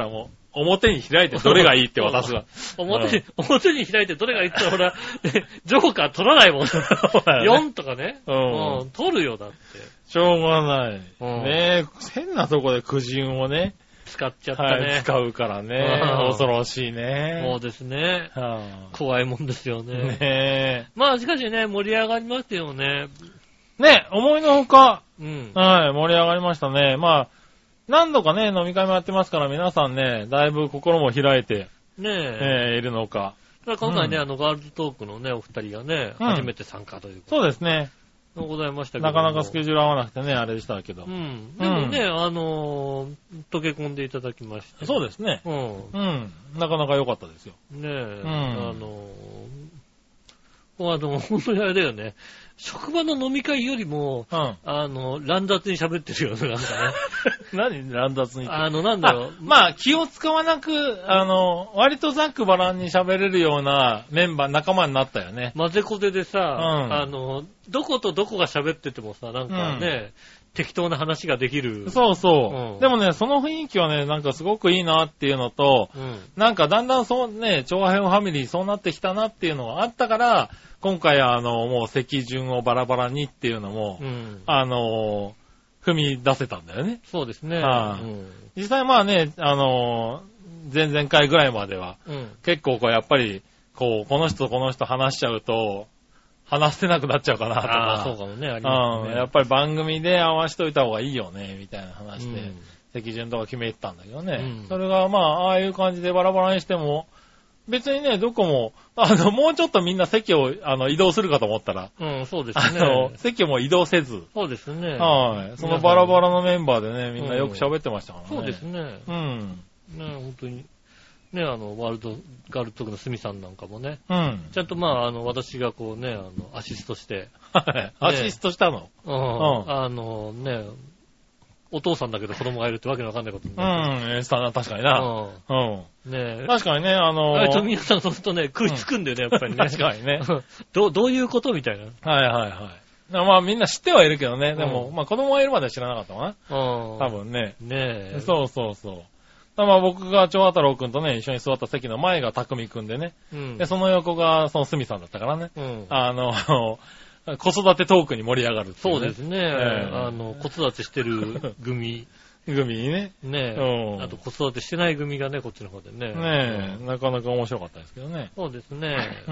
S3: 表に開いてどれがいいって渡すわ。
S2: 表に、表に開いてどれがいいってほら、ジョーカー取らないもん。ね、よんとかね。うん。うん、取るよ、だって。
S3: しょうがない。うん、ねえ、変なとこで苦人をね。
S2: 使っちゃったね。
S3: はい、使うからね。恐ろしいね。
S2: そうですね。はあ、怖いもんですよね。
S3: ねえ。
S2: まあしかしね、盛り上がりましたよね。
S3: ね、思いのほか、
S2: うん、
S3: はい、盛り上がりましたね。まあ、何度かね、飲み会もやってますから、皆さんね、だいぶ心も開いて、
S2: ね
S3: え、えー、いるのか。
S2: 今回ね、うん、あの、ガールズトークのね、お二人がね、うん、初めて参加という
S3: そうですね。
S2: ございましたけど。
S3: なかなかスケジュール合わなくてね、あれでしたけど。
S2: うん。でもね、うん、あのー、溶け込んでいただきまして。
S3: そうですね。うん。うん。なかなか良かったですよ。
S2: ねえ、うん、あのー、あの、本当にあれだよね。職場の飲み会よりも、うん、あの、乱雑に喋ってるよね、なんかね。
S3: 何乱雑に。
S2: あの、なんだろう。
S3: まあ、気を使わなく、あの、割とざっくばらんに喋れるようなメンバー、仲間になったよね。
S2: 混ぜこぜでさ、うん、あの、どことどこが喋っててもさ、なんかね、うん、適当な話ができる。
S3: そうそう、うん。でもね、その雰囲気はね、なんかすごくいいなっていうのと、うん、なんかだんだんそうね、調和編ファミリーそうなってきたなっていうのがあったから、今回はあの、もう席順をバラバラにっていうのも、うん、あの、踏み出せたんだよね。
S2: そうですね。
S3: はあうん、実際まあね、あの、前々回ぐらいまでは、うん、結構こうやっぱり、こう、この人とこの人話しちゃうと、話せなくなっちゃうかなとか。
S2: ああ、そうかもね、ありますね、
S3: うん。やっぱり番組で合わしといた方がいいよね、みたいな話で、うん、席順とか決めてたんだけどね。うん、それがまあ、ああいう感じでバラバラにしても、別にね、どこも、あの、もうちょっとみんな席を、あの、移動するかと思ったら。
S2: うん、そうですね。
S3: あの、席も移動せず。
S2: そうですね。
S3: はい。そのバラバラのメンバーでね、みんなよく喋ってましたからね。
S2: そうですね。
S3: うん。
S2: ね、本当に。ね、あの、ワールド、ガールトークのスミさんなんかもね。
S3: うん。
S2: ちゃんとまあ、あの、私がこうね、あの、アシストして。
S3: はい。ね、アシストしたの
S2: うん。うん。あの、ね、お父さんだけど子供がいるってわけのわかんないことにな
S3: って。うん、えー、確かにな。うん。うん。
S2: ねえ。
S3: 確かにね、あのー、
S2: あれと皆さんそうするとね、食いつくんだよね、やっぱりね。
S3: 確かにね。
S2: どう、どういうことみたいな。
S3: はいはいはい。まあみんな知ってはいるけどね。でも、うん、まあ子供がいるまでは知らなかったかな。うん。多分ね。
S2: ねえ。
S3: そうそうそう。まあ僕が長太郎くんとね、一緒に座った席の前が匠くんでね。うん。で、その横がそのすみさんだったからね。うん。あの、子育てトークに盛り上がる、ね。
S2: そうですね。えー、あの、子育てしてる組。
S3: 組にね。
S2: ねえ、うん。あと子育てしてない組がね、こっちの方でね。
S3: ねえ、うん、なかなか面白かったですけどね。
S2: そうですね。
S3: うん。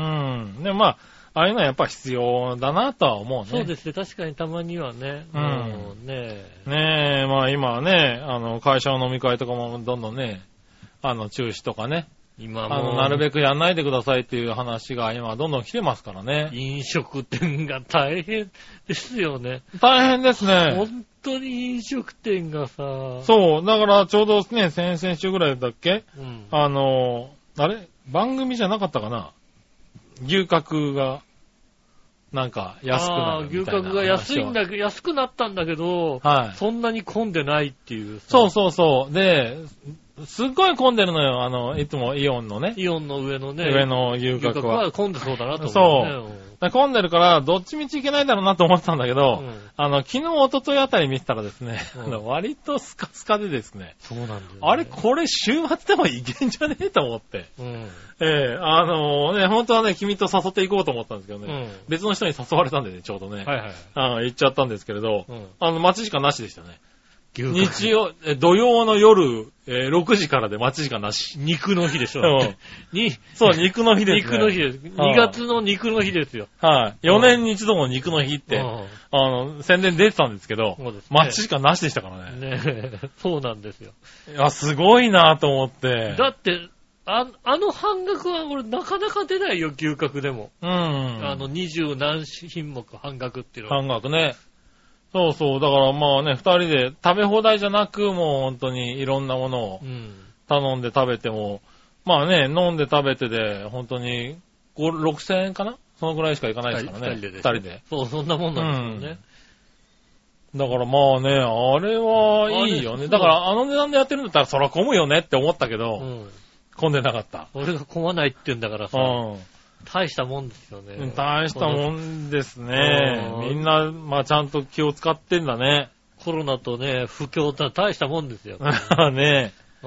S3: でもまあ、ああいうのはやっぱ必要だなとは思うね。
S2: そうですね。確かにたまにはね。
S3: うん。
S2: もうね
S3: え。ねえ、まあ今はね、あの、会社の飲み会とかもどんどんね、あの、中止とかね。今もあの、なるべくやんないでくださいっていう話が今どんどん来てますからね。
S2: 飲食店が大変ですよね。
S3: 大変ですね。
S2: 本当に飲食店がさ。
S3: そう、だからちょうどね、先々週ぐらいだっけ、うん、あの、あれ番組じゃなかったかな牛角が、なんか安くなるみたいな。
S2: 牛角が安いんだけど、安くなったんだけど、はい、そんなに混んでないっていう。
S3: そうそうそう。で、すっごい混んでるのよ、あの、いつもイオンのね。
S2: イオンの上のね。
S3: 上の牛角は。牛角は
S2: 混んでそうだなと思
S3: う、ね。そう。混んでるから、どっちみち行けないだろうなと思ってたんだけど、うん、あの、昨日、一昨日あたり見てたらですね、うん、割とスカスカでですね。
S2: そうなんだよ、ね。
S3: あれ、これ週末でも行けんじゃねえと思って。うん、ええー、あのー、ね、本当はね、君と誘っていこうと思ったんですけどね、うん、別の人に誘われたんでね、ちょうどね。はいはい。あの、行っちゃったんですけれど、うん、あの、待ち時間なしでしたね。日曜、土曜の夜、えー、ろくじからで待ち時間なし。
S2: 肉の日でしょ。
S3: にそう、肉の日です、
S2: ね。肉の日です。にがつの肉の日ですよ。
S3: はい。よねんに一度の肉の日って、あの、宣伝出てたんですけど、そうですね、待ち時間なしでしたからね。
S2: ねそうなんですよ。
S3: いや、すごいなと思って。
S2: だって、あ, あの半額は俺なかなか出ないよ、牛角でも。
S3: うん。
S2: あの、二十何品目半額っていうの
S3: は。半額ね。そうそう。だからまあね、二人で食べ放題じゃなく、もう本当にいろんなものを頼んで食べても、うん、まあね、飲んで食べてで、本当にご、ろくせんえんかなそのぐらいしかいかないですからね。
S2: 二人でです、
S3: ね。二人で。
S2: そう、そんなもんなんですよね。
S3: うん、だからまあね、あれはいいよね。だからあの値段でやってるんだったらそら混むよねって思ったけど、うん、混んでなかった。
S2: 俺が混まないって言うんだからさ。うん大したもんですよね。
S3: 大したもんですね。みんな、まあちゃんと気を使ってんだね。
S2: コロナとね、不況って大したもんですよ。
S3: ね
S2: う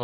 S3: うん、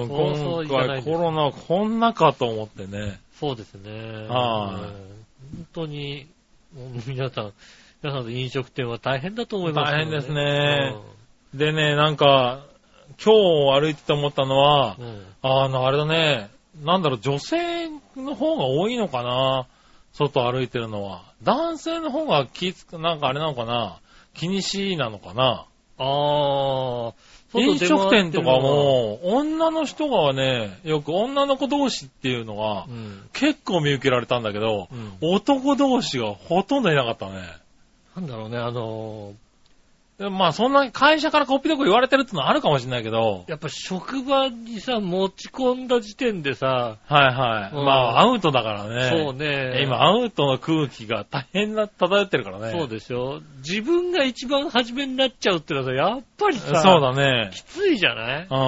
S3: 今回コロナこんなかと思ってね。
S2: そうですね。
S3: はい、
S2: 本当に、もう皆さん、皆さんの飲食店は大変だと思います、
S3: ね。大変ですね、うん。でね、なんか、今日歩いてて思ったのは、うん、あの、あれだね、なんだろう、女性の方が多いのかな、外歩いてるのは。男性の方が気つく、なんかあれなのかな、気にしいなのかな。
S2: あー。
S3: 飲食店とかも、女の人がね、よく女の子同士っていうのは、うん、結構見受けられたんだけど、うん、男同士がほとんどいなかったね。
S2: なんだろうね、あの
S3: ー、まあそんな会社からこっぴどく言われてるってのはあるかもしれないけど、
S2: やっぱ職場にさ、持ち込んだ時点でさ、
S3: はいはい。うん、まあアウトだからね。
S2: そうね。
S3: 今アウトの空気が大変な漂ってるからね。
S2: そうでしょ。自分が一番初めになっちゃうってのはさ、やっぱりさ、
S3: そうだね。
S2: きついじゃない？
S3: うん。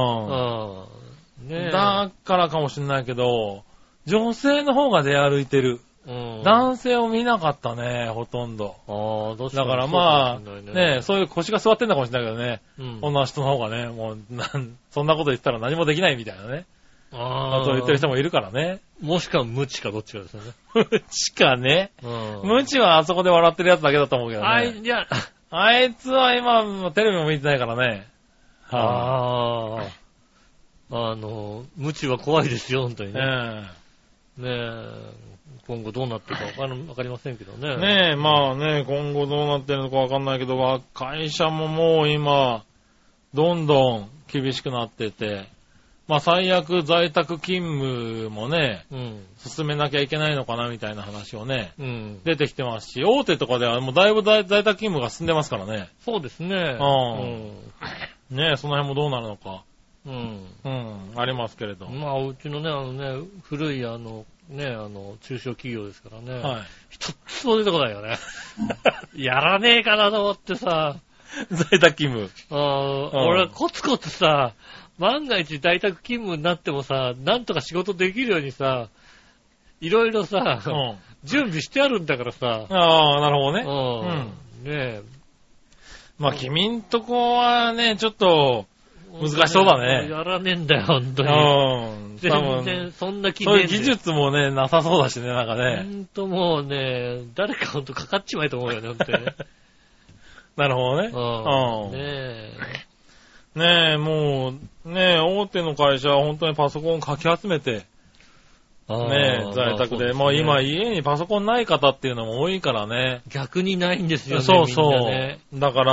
S3: うん。ねえ。だからかもしれないけど、女性の方が出歩いてる。うん、男性を見なかったね、ほとんど。
S2: ああ、どうし
S3: だからまあ、ね、そういう腰が座ってんのかもしれないけどね、うん、女の人の方がね、もうなん、そんなこと言ったら何もできないみたいなね。ああ。そう言ってる人もいるからね。
S2: もしくは無知かどっちかですよね。
S3: 無知かね。うん、無知はあそこで笑ってるやつだけだと思うけどね。
S2: あい、いや、
S3: あいつは今、テレビも見てないからね。
S2: はあ。あ。あの、無知は怖いですよ、本当にね。ねえ。今後どうなってるかわかりませんけどね。
S3: ねえ、まあね、今後どうなってるのかわかんないけど、会社ももう今、どんどん厳しくなってて、まあ最悪在宅勤務もね、うん、進めなきゃいけないのかなみたいな話をね、うん、出てきてますし、大手とかではもうだいぶ在宅勤務が進んでますからね。
S2: そうですね。
S3: うん。ねえ、その辺もどうなるのか。うん。うん。ありますけれど。
S2: まあ、うちのね、あのね、古いあの、ね、あの、中小企業ですからね。はい。一つも出てこないよね。やらねえかなと思ってさ。
S3: 在宅勤務。
S2: ああ、俺コツコツさ、万が一在宅勤務になってもさ、なんとか仕事できるようにさ、いろいろさ、うん、準備してあるんだからさ。
S3: ああ、なるほどね。
S2: うん。ねえ。
S3: まあ、君んとこはね、ちょっと、難しそうだね。
S2: やらねえんだよ、ほんとに。
S3: うん。
S2: 全然、そんな気
S3: そういう技術もね、なさそうだしね、なんかね。
S2: ほんともうね、誰かほんとかかっちまえと思うよね、ほんとにね。
S3: なるほどね。
S2: うん。ねえ。
S3: ねえ、もう、ねえ、大手の会社は本当にパソコンをかき集めて、ねえ、在宅で。まあ、ね、今家にパソコンない方っていうのも多いからね。
S2: 逆にないんですよね。
S3: そうそう。
S2: みんなね、
S3: だから、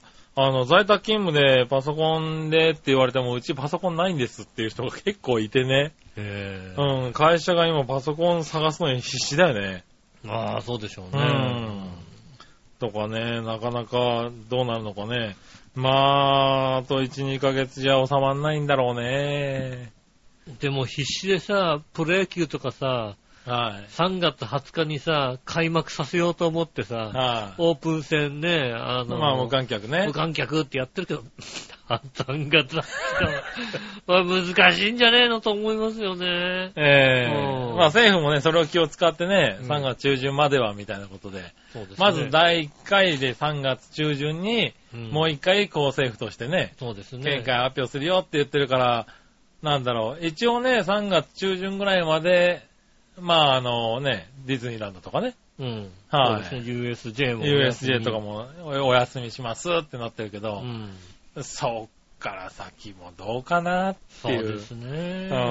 S3: あの、在宅勤務でパソコンでって言われても、うちパソコンないんですっていう人が結構いてね。へー。うん、会社が今パソコン探すのに必死だよね。
S2: まあ、そうでしょうね。
S3: うん。とかね、なかなかどうなるのかね。まあ、あといち、にかげつじゃ収まんないんだろうね。
S2: でも必死でさ、プロ野球とかさ、はい、さんがつはつかにさ、開幕させようと思ってさ、はい、オープン戦ね、あの、
S3: まあ無観客ね。
S2: 無観客ってやってるけど、さんがつはつかは難しいんじゃねえのと思いますよね。
S3: ええー。まあ政府もね、それを気を使ってね、うん、さんがつちゅうじゅんまではみたいなことで、そうですね、まずだいいっかいでさんがつちゅうじゅんに、うん、もういっかいこう政府としてね、
S2: そうですね、
S3: 見解発表するよって言ってるから、なんだろう、一応ね、さんがつちゅうじゅんぐらいまで、まあ、あのね、ディズニーランドとかね。
S2: うん。はい。そうですね、ユーエスジェー も。
S3: ユーエスジェー とかもお休みしますってなってるけど、うん、そっから先もどうかなっていう。
S2: そうですね。うん。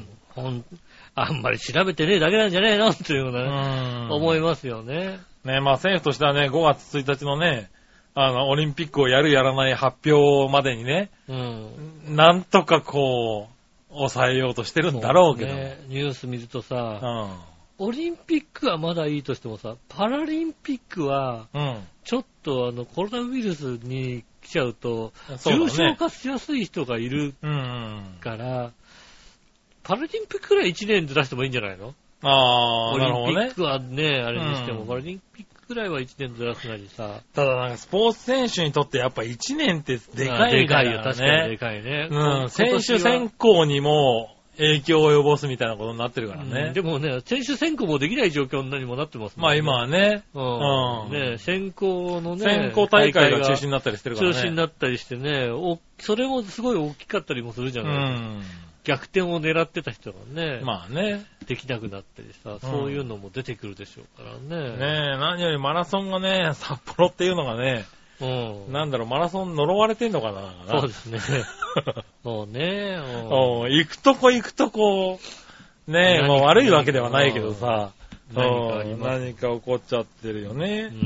S2: ほん、あんまり調べてねえだけなんじゃねえのっていうのね、思いますよね。
S3: ね、まあ政府としてはね、ごがつついたちのね、あの、オリンピックをやるやらない発表までにね、うん、なんとかこう、抑えようとしてるんだろうけど。ね、
S2: ニュース見るとさ、うん、オリンピックはまだいいとしてもさ、パラリンピックは、ちょっとあの、コロナウイルスに来ちゃうと、重症化しやすい人がいるから、うん、パラリンピックくらいいちねんで出してもいいんじゃないの？
S3: ああ、なるほどね。
S2: オリンピックはね、あれにしても、うん、パラリンピックくらいはいちねんずらすなりさ。
S3: ただなんかスポーツ選手にとってやっぱいちねんってでかい
S2: でかいよ、確かにでかいね。
S3: うん、選手選考にも影響を及ぼすみたいなことになってるからね。
S2: うん、でもね、選手選考もできない状況にもなってますもんね。
S3: まあ今はね。
S2: うん。うん、ね、選考のね。
S3: 選考大会が中止になったりしてるからね。
S2: 中止になったりしてね、お、それもすごい大きかったりもするじゃないですか。うん、逆転を狙ってた人がね。
S3: まあね。
S2: できなくなったりさ、そういうのも出てくるでしょうからね。
S3: うん、ねえ、何よりマラソンがね、札幌っていうのがね、うん、なんだろう、マラソン呪われてんのかな。
S2: そうですね。もうね、
S3: うん、行くとこ行くとこ、ねえ、もう悪いわけではないけどさ、何かあります。何か起こっちゃってるよね。うん。うん、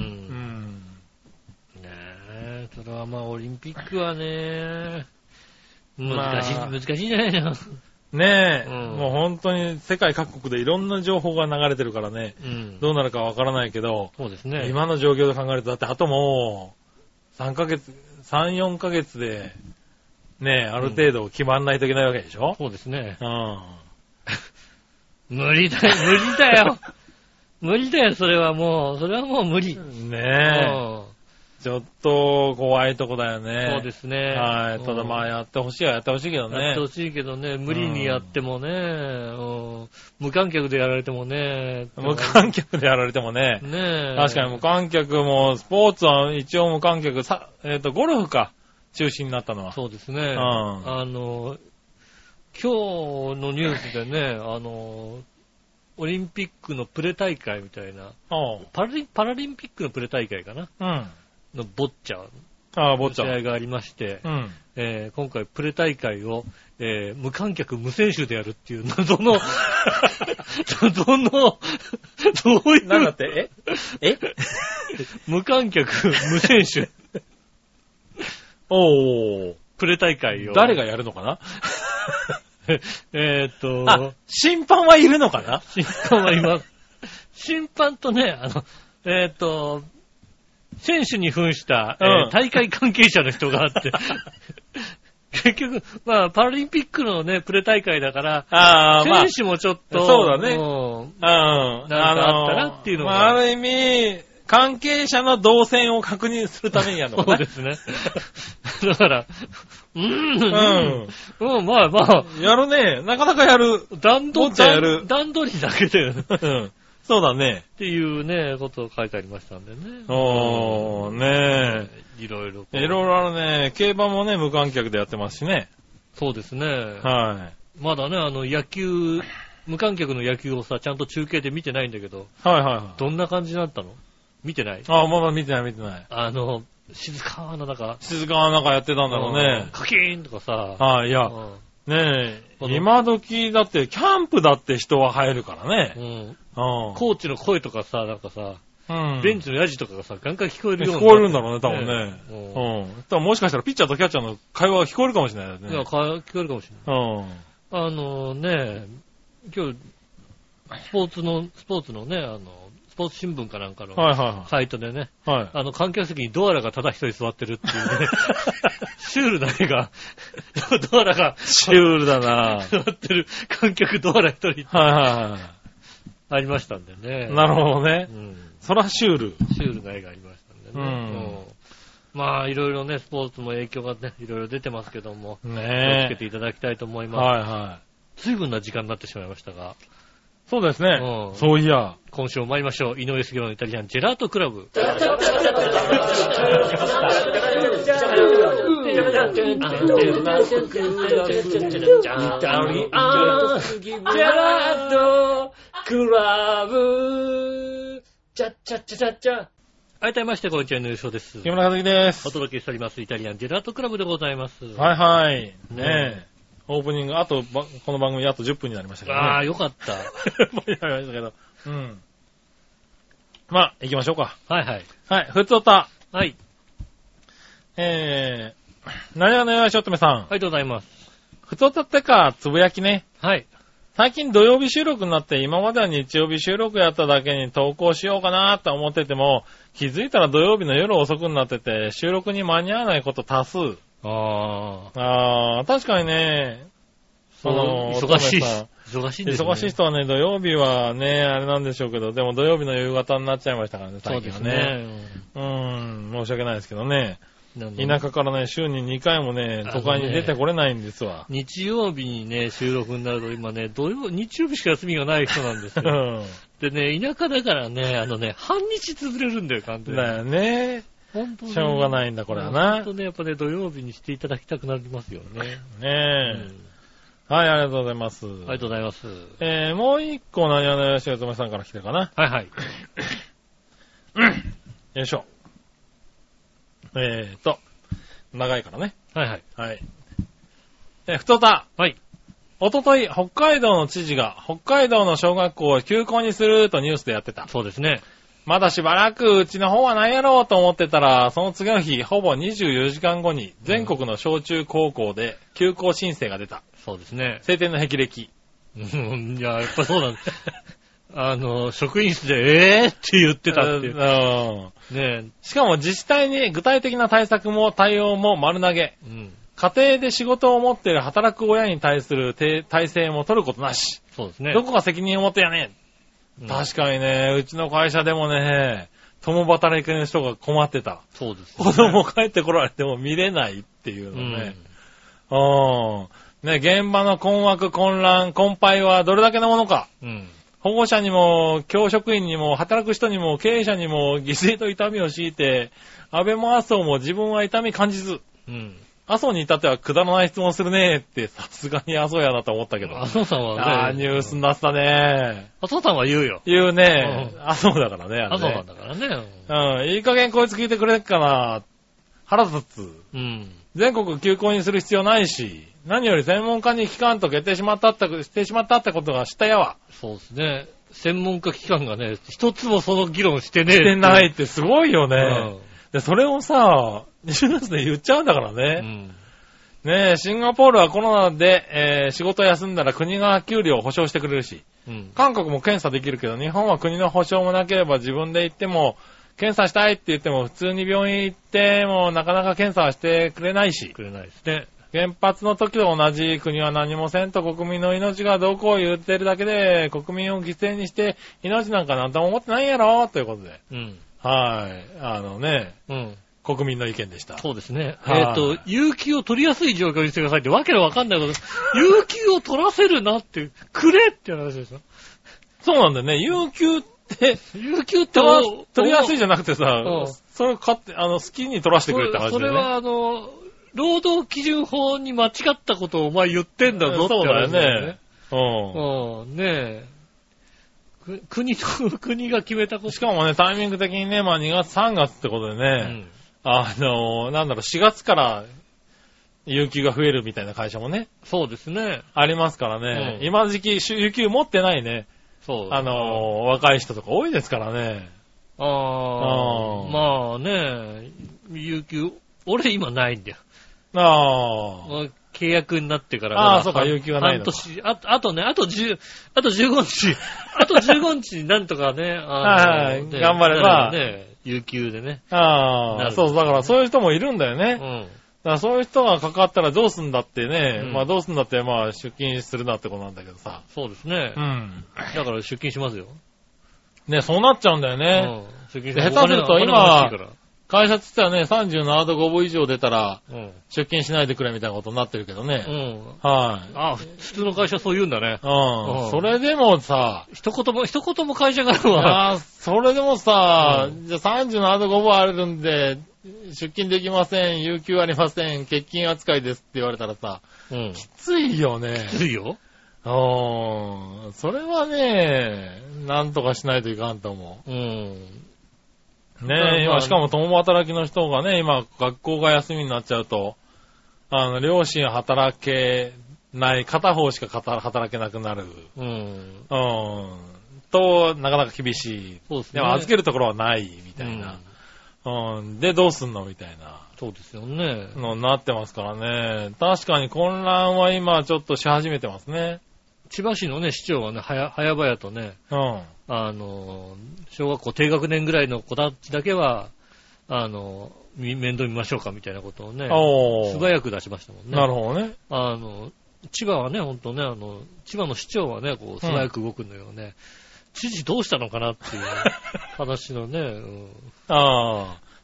S2: ねえ、それはまあオリンピックはね、難しい、まあ、難しいんじゃないの。
S3: ねえ、うん、もう本当に世界各国でいろんな情報が流れてるからね、うん、どうなるかわからないけど、
S2: そうですね。
S3: 今の状況で考えると、だってあともう、さんかげつ、さん、よんかげつで、ねえ、ある程度決まんないといけないわけでしょ、
S2: うん、そうですね。うん。無理だよ、無理だよ。無理だよ、それはもう、それはもう無理。
S3: ねえ。うんちょっと怖いとこだよね。
S2: そうですね。
S3: はい。ただまあやってほしいはやってほしいけどね。
S2: やってほしいけどね、無理にやってもね、うん、無観客でやられてもね。
S3: 無観客でやられてもね。ね確かに無観客も、スポーツは一応無観客、さ、えっと、ゴルフか、中止になったのは。
S2: そうですね。うん、あの、今日のニュースでね、あの、オリンピックのプレ大会みたいな。パラリン、パラリンピックのプレ大会かな。うん。のボッチャの試合がありまして、うんえー、今回プレ大会を、えー、無観客無選手でやるっていう謎の謎のどういう
S3: なんだってええ
S2: 無観客無選手
S3: おー
S2: プレ大会を
S3: 誰がやるのかな
S2: えっと
S3: あ審判はいるのかな
S2: 審判はいます。審判とねあのえっと選手に扮した、うんえー、大会関係者の人があって、結局、まあ、パラリンピックのね、プレ大会だから、あ選手もちょっと、
S3: まあ、そうだね。
S2: うん。なんかあったらっていうのが。
S3: まあ、ある意味、関係者の動線を確認するためにやるのか
S2: な。そうですね。だから、うーん、うん、うん、まあまあ。
S3: やるね。なかなかやる。
S2: 段取り、やる段取りだけで。
S3: うんそうだね。
S2: っていうね、ことを書いてありましたんでね。
S3: おー、ね
S2: え。いろいろ。
S3: いろいろあるね。競馬もね、無観客でやってますしね。
S2: そうですね。
S3: はい。
S2: まだね、あの、野球、無観客の野球をさ、ちゃんと中継で見てないんだけど。
S3: はいはいはい。
S2: どんな感じだったの見てない
S3: ああ、まだ見てない見てない。
S2: あの、静かな中。
S3: 静かな中やってたんだろうね。
S2: カキーンとかさ。
S3: はい、いや。ねえ、今時だって、キャンプだって人は入るからね。うん。
S2: コーチの声とかさ、なんかさ、うん、ベンチのヤジとかがさ、ガンガン聞こえるような。
S3: 聞こえるんだろうね、多分ね。うん。うん。多分もしかしたらピッチャーとキャッチャーの会話が聞こえるかもしれないね。
S2: いや、聞こえるかもしれない。うん。あのね、今日、スポーツの、スポーツのね、あの、スポーツ新聞かなんかのサイトでね、はいはいはい、あの、観客席にドアラがただ一人座ってるっていうね、シュールな絵が、ドアラが、
S3: シュールだな
S2: 座ってる観客ドアラ一人って。はいはいはい。ありましたんでね。
S3: なるほどね。うん、そらシュール。
S2: シュールな絵がありましたんでね。うん、まあ、いろいろね、スポーツも影響がね、いろいろ出てますけども、ね、気をつけていただきたいと思います。はいはい。随分な時間になってしまいましたが。
S3: そうですね。うん、そういや。
S2: 今週も参りましょう。井上杉村のイタリアンジェラートクラブ。改めまして、こんにちは、井上翔です。
S3: 木村和樹です。
S2: お届けしております、イタリアンジェラートクラブでございます。
S3: はいはい。ねえ。オープニング、あと、この番組あとじゅっぷんになりましたけどね。
S2: ああ、よかった。
S3: もうやりましたけど。うん。まあ、行きましょうか。
S2: はいはい。
S3: はい、ふつおた。
S2: はい。
S3: えー、なにわのよしおとめさん。あ
S2: りがとうございます。
S3: ふつおたってか、つぶやきね。
S2: はい。
S3: 最近土曜日収録になって、今までは日曜日収録やっただけに投稿しようかなと思ってても、気づいたら土曜日の夜遅くになってて、収録に間に合わないこと多数。ああ。ああ、確かにね、
S2: その、忙しい。忙しいですね。
S3: 忙しい人はね、土曜日はね、あれなんでしょうけど、でも土曜日の夕方になっちゃいましたからね、最近はね。そうですね。うーん、申し訳ないですけどね。 田舎からね、週ににかいもね、都会に出てこれないんですわ。
S2: ね、日曜日にね、収録になると今ね、土曜、日曜日しか休みがない人なんですよ。でね、田舎だからね、あのね、半日潰れるんだよ、完全に。
S3: だよね。本当に。しょうがないんだ、これはな。
S2: 本当ね、やっぱね、土曜日にしていただきたくなりますよね。
S3: ねえ。うんはい、ありがとうございます。あ
S2: りがとうございます。
S3: えー、もう一個何話のよしおとめさんから来てるかな。
S2: はいはい。
S3: よいしょ。えーと、長いからね。
S2: はいはい。
S3: はい。えー、ふとた。
S2: はい。
S3: おととい、北海道の知事が、北海道の小学校を休校にするとニュースでやってた。
S2: そうですね。
S3: まだしばらくうちの方はないやろうと思ってたら、その次の日、ほぼにじゅうよじかんごに、全国の小中高校で休校申請が出た。
S2: そうですね。
S3: 晴天の霹靂。
S2: うん、いや、やっぱそうなんです。あの、職員室で、えーって言ってたっていう。
S3: うん
S2: ねえ。
S3: しかも自治体に具体的な対策も対応も丸投げ。うん、家庭で仕事を持っている働く親に対する体制も取ることなし。
S2: そうですね。
S3: どこが責任を持ってやねん。うん、確かにね、うちの会社でもね、共働きの人が困ってた。
S2: そうです、
S3: ね。子供帰ってこられても見れないっていうのね。うん。うんね、現場の困惑、混乱、困憊はどれだけのものか。うん、保護者にも、教職員にも、働く人にも、経営者にも、犠牲と痛みを強いて、安倍も麻生も自分は痛み感じず。うん、麻生に至ってはくだらない質問するねーって、さすがに麻生やなと思ったけど。
S2: 麻生さんはね。
S3: ああ、ニュースになってたね。
S2: 麻生さんは言うよ。
S3: 言うね。うん、麻生だからね。
S2: 麻生なんだからね。
S3: うん。いい加減こいつ聞いてくれっかな。腹立つ。うん。全国休校にする必要ないし、何より専門家に機関と決定しまったって、してしまったってことが知ったやわ。
S2: そうですね。専門家機関がね、一つもその議論してねえ。
S3: してないってすごいよね。うん、でそれをさ、ニュースで言っちゃうんだからね。うん、ねえ、シンガポールはコロナで、えー、仕事休んだら国が給料を保証してくれるし、うん、韓国も検査できるけど、日本は国の保証もなければ自分で行っても、検査したいって言っても普通に病院行ってもなかなか検査はしてくれないし。
S2: くれないですね。
S3: 原発の時と同じ国は何もせんと国民の命がどうこう言ってるだけで国民を犠牲にして命なんかなんとも思ってないんやろということで。うん。はい。あのね。うん。国民の意見でした。
S2: そうですね。えっと、有給を取りやすい状況にしてくださいってわけのわかんないこと。有給を取らせるなって、くれって話ですよ。
S3: そうなんだよね。有給って、
S2: 有給って
S3: 取りやすいじゃなくてさ、それ買って、あの、好きに取らせてくれって話だよね。
S2: それはあの、労働基準法に間違ったことをお前言ってんだぞって話だよね。
S3: そうだよね。
S2: うん。ねえ。国と、国が決めたこと。
S3: しかもね、タイミング的にね、まあにがつさんがつってことでね、うん、あの、なんだろう、しがつから有給が増えるみたいな会社もね。
S2: そうですね。
S3: ありますからね。うん、今時期、有給持ってないね。そう。あの、若い人とか多いですからね。
S2: ああ。まあね、有給、俺今ないんだよ。ああ。契約になってから。
S3: ああ、そうか、有給がないのか。
S2: 半年、ああとね、あとじゅう、あとじゅうごにち、あとじゅうごにちになんとかね、
S3: はい、ね、頑張れば。
S2: ね、有給でね。
S3: ああ、そう、だからそういう人もいるんだよね。うん。だからそういう人がかかったらどうすんだってね、うん、まあどうすんだって、まあ出勤するなってことなんだけどさ。
S2: そうですね。うん。だから出勤しますよ。
S3: ね、そうなっちゃうんだよね。うん。出勤します。下手すると今、会社って言ったらね、さんじゅうななどごぶ以上出たら、うん、出勤しないでくれみたいなことになってるけどね。うん。はい。
S2: ああ、普通の会社そう言うんだね。
S3: うん。うん、それでもさ、
S2: 一言も、一言も会社があるわ。
S3: ああ、それでもさ、うん、じゃあさんじゅうななどごぶあるんで、出勤できません、有給ありません、欠勤扱いですって言われたらさ、うん、きついよね。
S2: きついよ。
S3: うん。それはね、なんとかしないといかんと思う。うん。ねえ、今、しかも共働きの人がね、今、学校が休みになっちゃうと、あの、両親働けない、片方しか働けなくなる。うん。うん。と、なかなか厳しい。そうですね。でも預けるところはない、みたいな。うん。うん、で、どうすんのみたいな。
S2: そうですよね。
S3: のになってますからね。確かに混乱は今、ちょっとし始めてますね。
S2: 千葉市のね、市長はね、はや、早々とね、うん。あの、小学校低学年ぐらいの子たちだけは、あの、面倒見ましょうかみたいなことをね、素早く出しましたもんね。
S3: なるほどね。
S2: あの、千葉はね、ほんとね、あの、千葉の市長はね、こう、素早く動くのよね、うん、知事どうしたのかなっていう話のね、うん、
S3: ああ。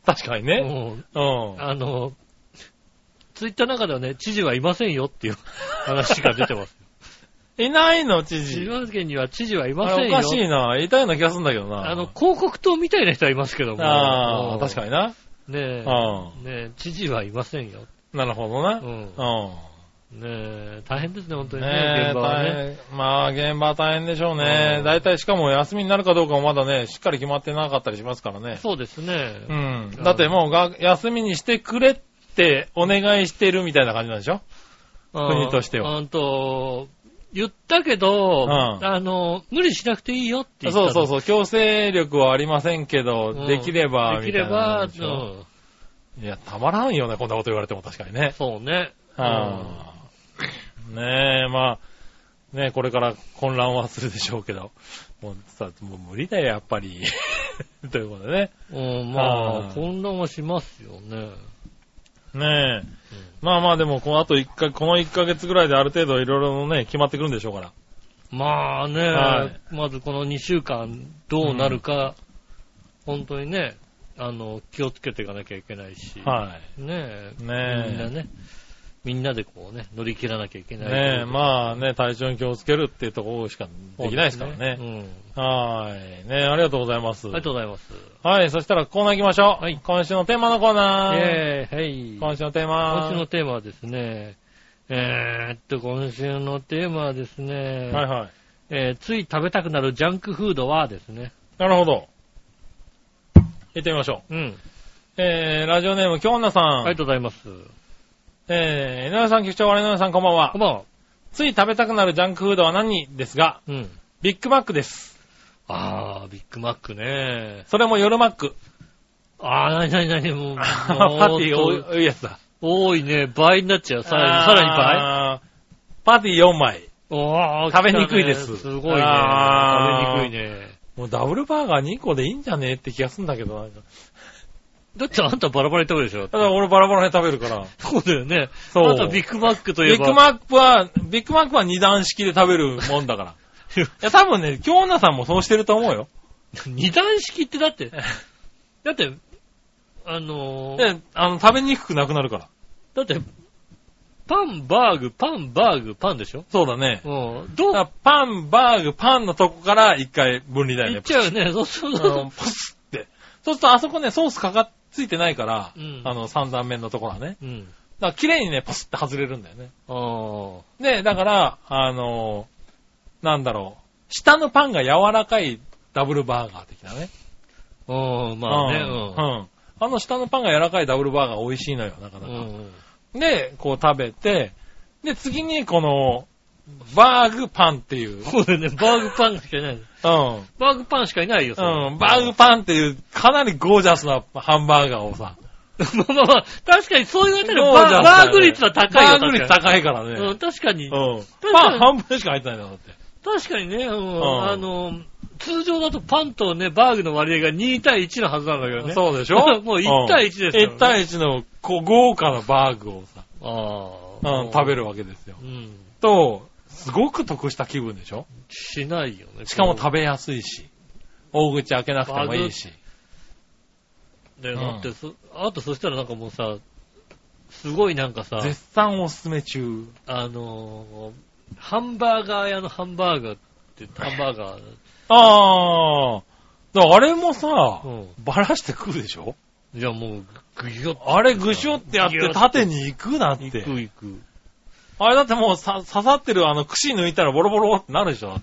S3: 確かにね。
S2: うん。うん。あの、ツイッターの中ではね、知事はいませんよっていう話が出てます。
S3: いないの、知事。
S2: 島根県には知事はいませんよ。
S3: おかしいな。いたような気がするんだけどな。
S2: あの、広告塔みたいな人はいますけども。
S3: ああ、確かにな。
S2: ねえ。ねえ、知事はいませんよ。
S3: なるほどな。うん。うん。
S2: ねえ、大変ですね、本当にね、ね現場はね。
S3: まあ、現場は大変でしょうね。だいたいしかも休みになるかどうかもまだね、しっかり決まってなかったりしますからね。
S2: そうですね。
S3: うん。だってもうが、休みにしてくれってお願いしてるみたいな感じなんでしょ？国としては。
S2: うんと、言ったけど、うん、あの、無理しなくていいよって言った。
S3: そうそうそう、強制力はありませんけど、うん、できれば、
S2: できれば、うん、
S3: いや、たまらんよね、こんなこと言われても確かにね。
S2: そうね。
S3: はあ、ねえ、まあ、ねえ、これから混乱はするでしょうけど、もうさ、もう無理だよ、やっぱり。ということでね。
S2: うん、まあ、混乱はしますよね。
S3: ねえ、うん。まあまあでも、この後一か、このいっかげつぐらいである程度いろいろね、決まってくるんでしょうから。
S2: まあね、はい、まずこのにしゅうかんどうなるか、うん、本当にね、あの、気をつけていかなきゃいけないし。はい。ねえ。ねえ。みんなね、みんなでこうね、乗り切らなきゃいけない。
S3: ねえ、まあね、体調に気をつけるっていうところしかできないですからね。ね、うん。はい。ねえ、ありがとうございます。
S2: ありがとうございます。
S3: はい、そしたらコーナー行きましょう。はい。今週のテーマのコーナー。
S2: えー、はい。
S3: 今週のテーマ。
S2: 今週のテーマはですね、えーっと、今週のテーマはですね、
S3: はいはい。
S2: えー、つい食べたくなるジャンクフードはですね。
S3: なるほど。行ってみましょう。うん。えー、ラジオネーム、京女さん。
S2: ありがとうございます。
S3: えー、井上さん、局長、我々井上さん、こんばんは。
S2: こんばんは。
S3: つい食べたくなるジャンクフードは何ですが、うん。ビッグマックです。
S2: あー、ビッグマックね。
S3: それも夜マック。
S2: あー、なになになに、もう、
S3: パティ多いやつだ。
S2: 多いね。倍になっちゃう。さらに、さらに倍
S3: パティよんまい。
S2: おー、
S3: 食べにくいです。
S2: すごいね。食べにくいね。
S3: もうダブルバーガーにこでいいんじゃねえって気がするんだけど、なんか。
S2: だってあんたバラバラに食べるでしょ。
S3: だから俺バラバラに食べるから。
S2: そうだよね。そう。あとビッグマックといえば。
S3: ビッグマックは、ビッグマックは二段式で食べるもんだから。いや、多分ね、京女さんもそうしてると思うよ。
S2: 二段式ってだって、だって、あの
S3: ー、あの、食べにくくなくなるから。
S2: だって、パン、バーグ、パン、バーグ、パンでしょ？
S3: そうだね。
S2: うん。どう？
S3: パン、バーグ、パンのとこから一回分離だよね。
S2: いっちゃうよね。そうそうそう。
S3: ポスって。そうするとあそこね、ソースかかっついてないから、うん、あの、三段目のところはね。うん。だから綺麗にね、ポスって外れるんだよね。ああ。で、だから、あのー、なんだろう。下のパンが柔らかいダブルバーガー的なね。
S2: うん、まあね、うん。
S3: うん。あの下のパンが柔らかいダブルバーガー美味しいのよ、なかなか。うん、で、こう食べて、で、次にこの、バーグパンっていう。
S2: そうだよね、バーグパンしかいない。うん。バーグパンしかいないよ、それ。
S3: うん。バーグパンっていう、かなりゴージャスなハンバーガーをさ。
S2: まあまあまあ、確かにそう言われたらバ、バーグ率は高いよ。
S3: バーグ率高いからね。
S2: うん、確かに。
S3: うん。パン半分しか入ってないんだ、だって。
S2: 確かにね、うん、あの、通常だとパンとね、バーグの割合がに対いちのはずなんだけどね。
S3: そうでしょ
S2: もういち対いちですよ、ね。
S3: いち対いちのこう豪華なバーグをさ、
S2: あ
S3: うん、食べるわけですよ。うん、と、すごく得した気分でしょ？
S2: しないよね。
S3: しかも食べやすいし、大口開けなくてもいいし。
S2: で、だってそ、あとそしたらなんかもうさ、すごいなんかさ、
S3: 絶賛おすすめ中。
S2: あのー、ハンバーガー屋のハンバーガーって、ハンバーガー。
S3: ああ。だからあれもさ、うん、ばらして食うでしょ？
S2: いやもう、ぐしょって。
S3: あれぐしょってやって縦に行くなって。
S2: 行く行く。
S3: あれだってもうさ刺さってるあの串抜いたらボロボロってなるでしょだって。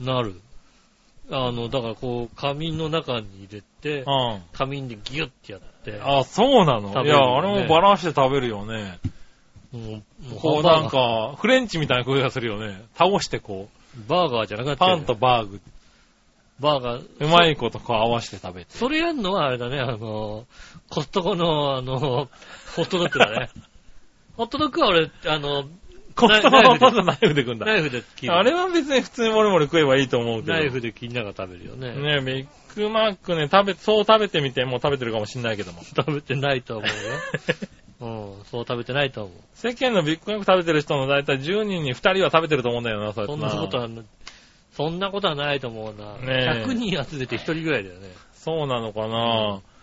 S2: なる。あの、だからこう、仮眠の中に入れて、うん、仮眠でギュッてやって。
S3: あ、そうなの？ね、いや、あれもばらして食べるよね。もうこうなんか、フレンチみたいな声がするよね。倒してこ
S2: う。バーガーじゃなくなって。
S3: パンとバーグ。
S2: バーガー。
S3: うまいことこう合わせて食べて。
S2: それやんのはあれだね、あの、コストコの、あの、ホットドッグだね。ホットドッグは俺、あの、
S3: コストコのホットドッグナイフで食うんだ。
S2: ナイフで切る。
S3: あれは別に普通にモリモリ食えばいいと思うけど。
S2: ナイフで切りながら食べるよね。
S3: ねえ、ビッグマックね、食べ、そう食べてみて、もう食べてるかもしんないけども。
S2: 食べてないと思うよ。うん、そう食べてないと思う。
S3: 世間のビッグマック食べてる人のだいたいじゅうにんにふたりは食べてると思うんだよな、
S2: それ。そんなことは、そんなことはないと思うな。ね、ひゃくにん集めてひとりぐらいだよね。
S3: そうなのかな、うん、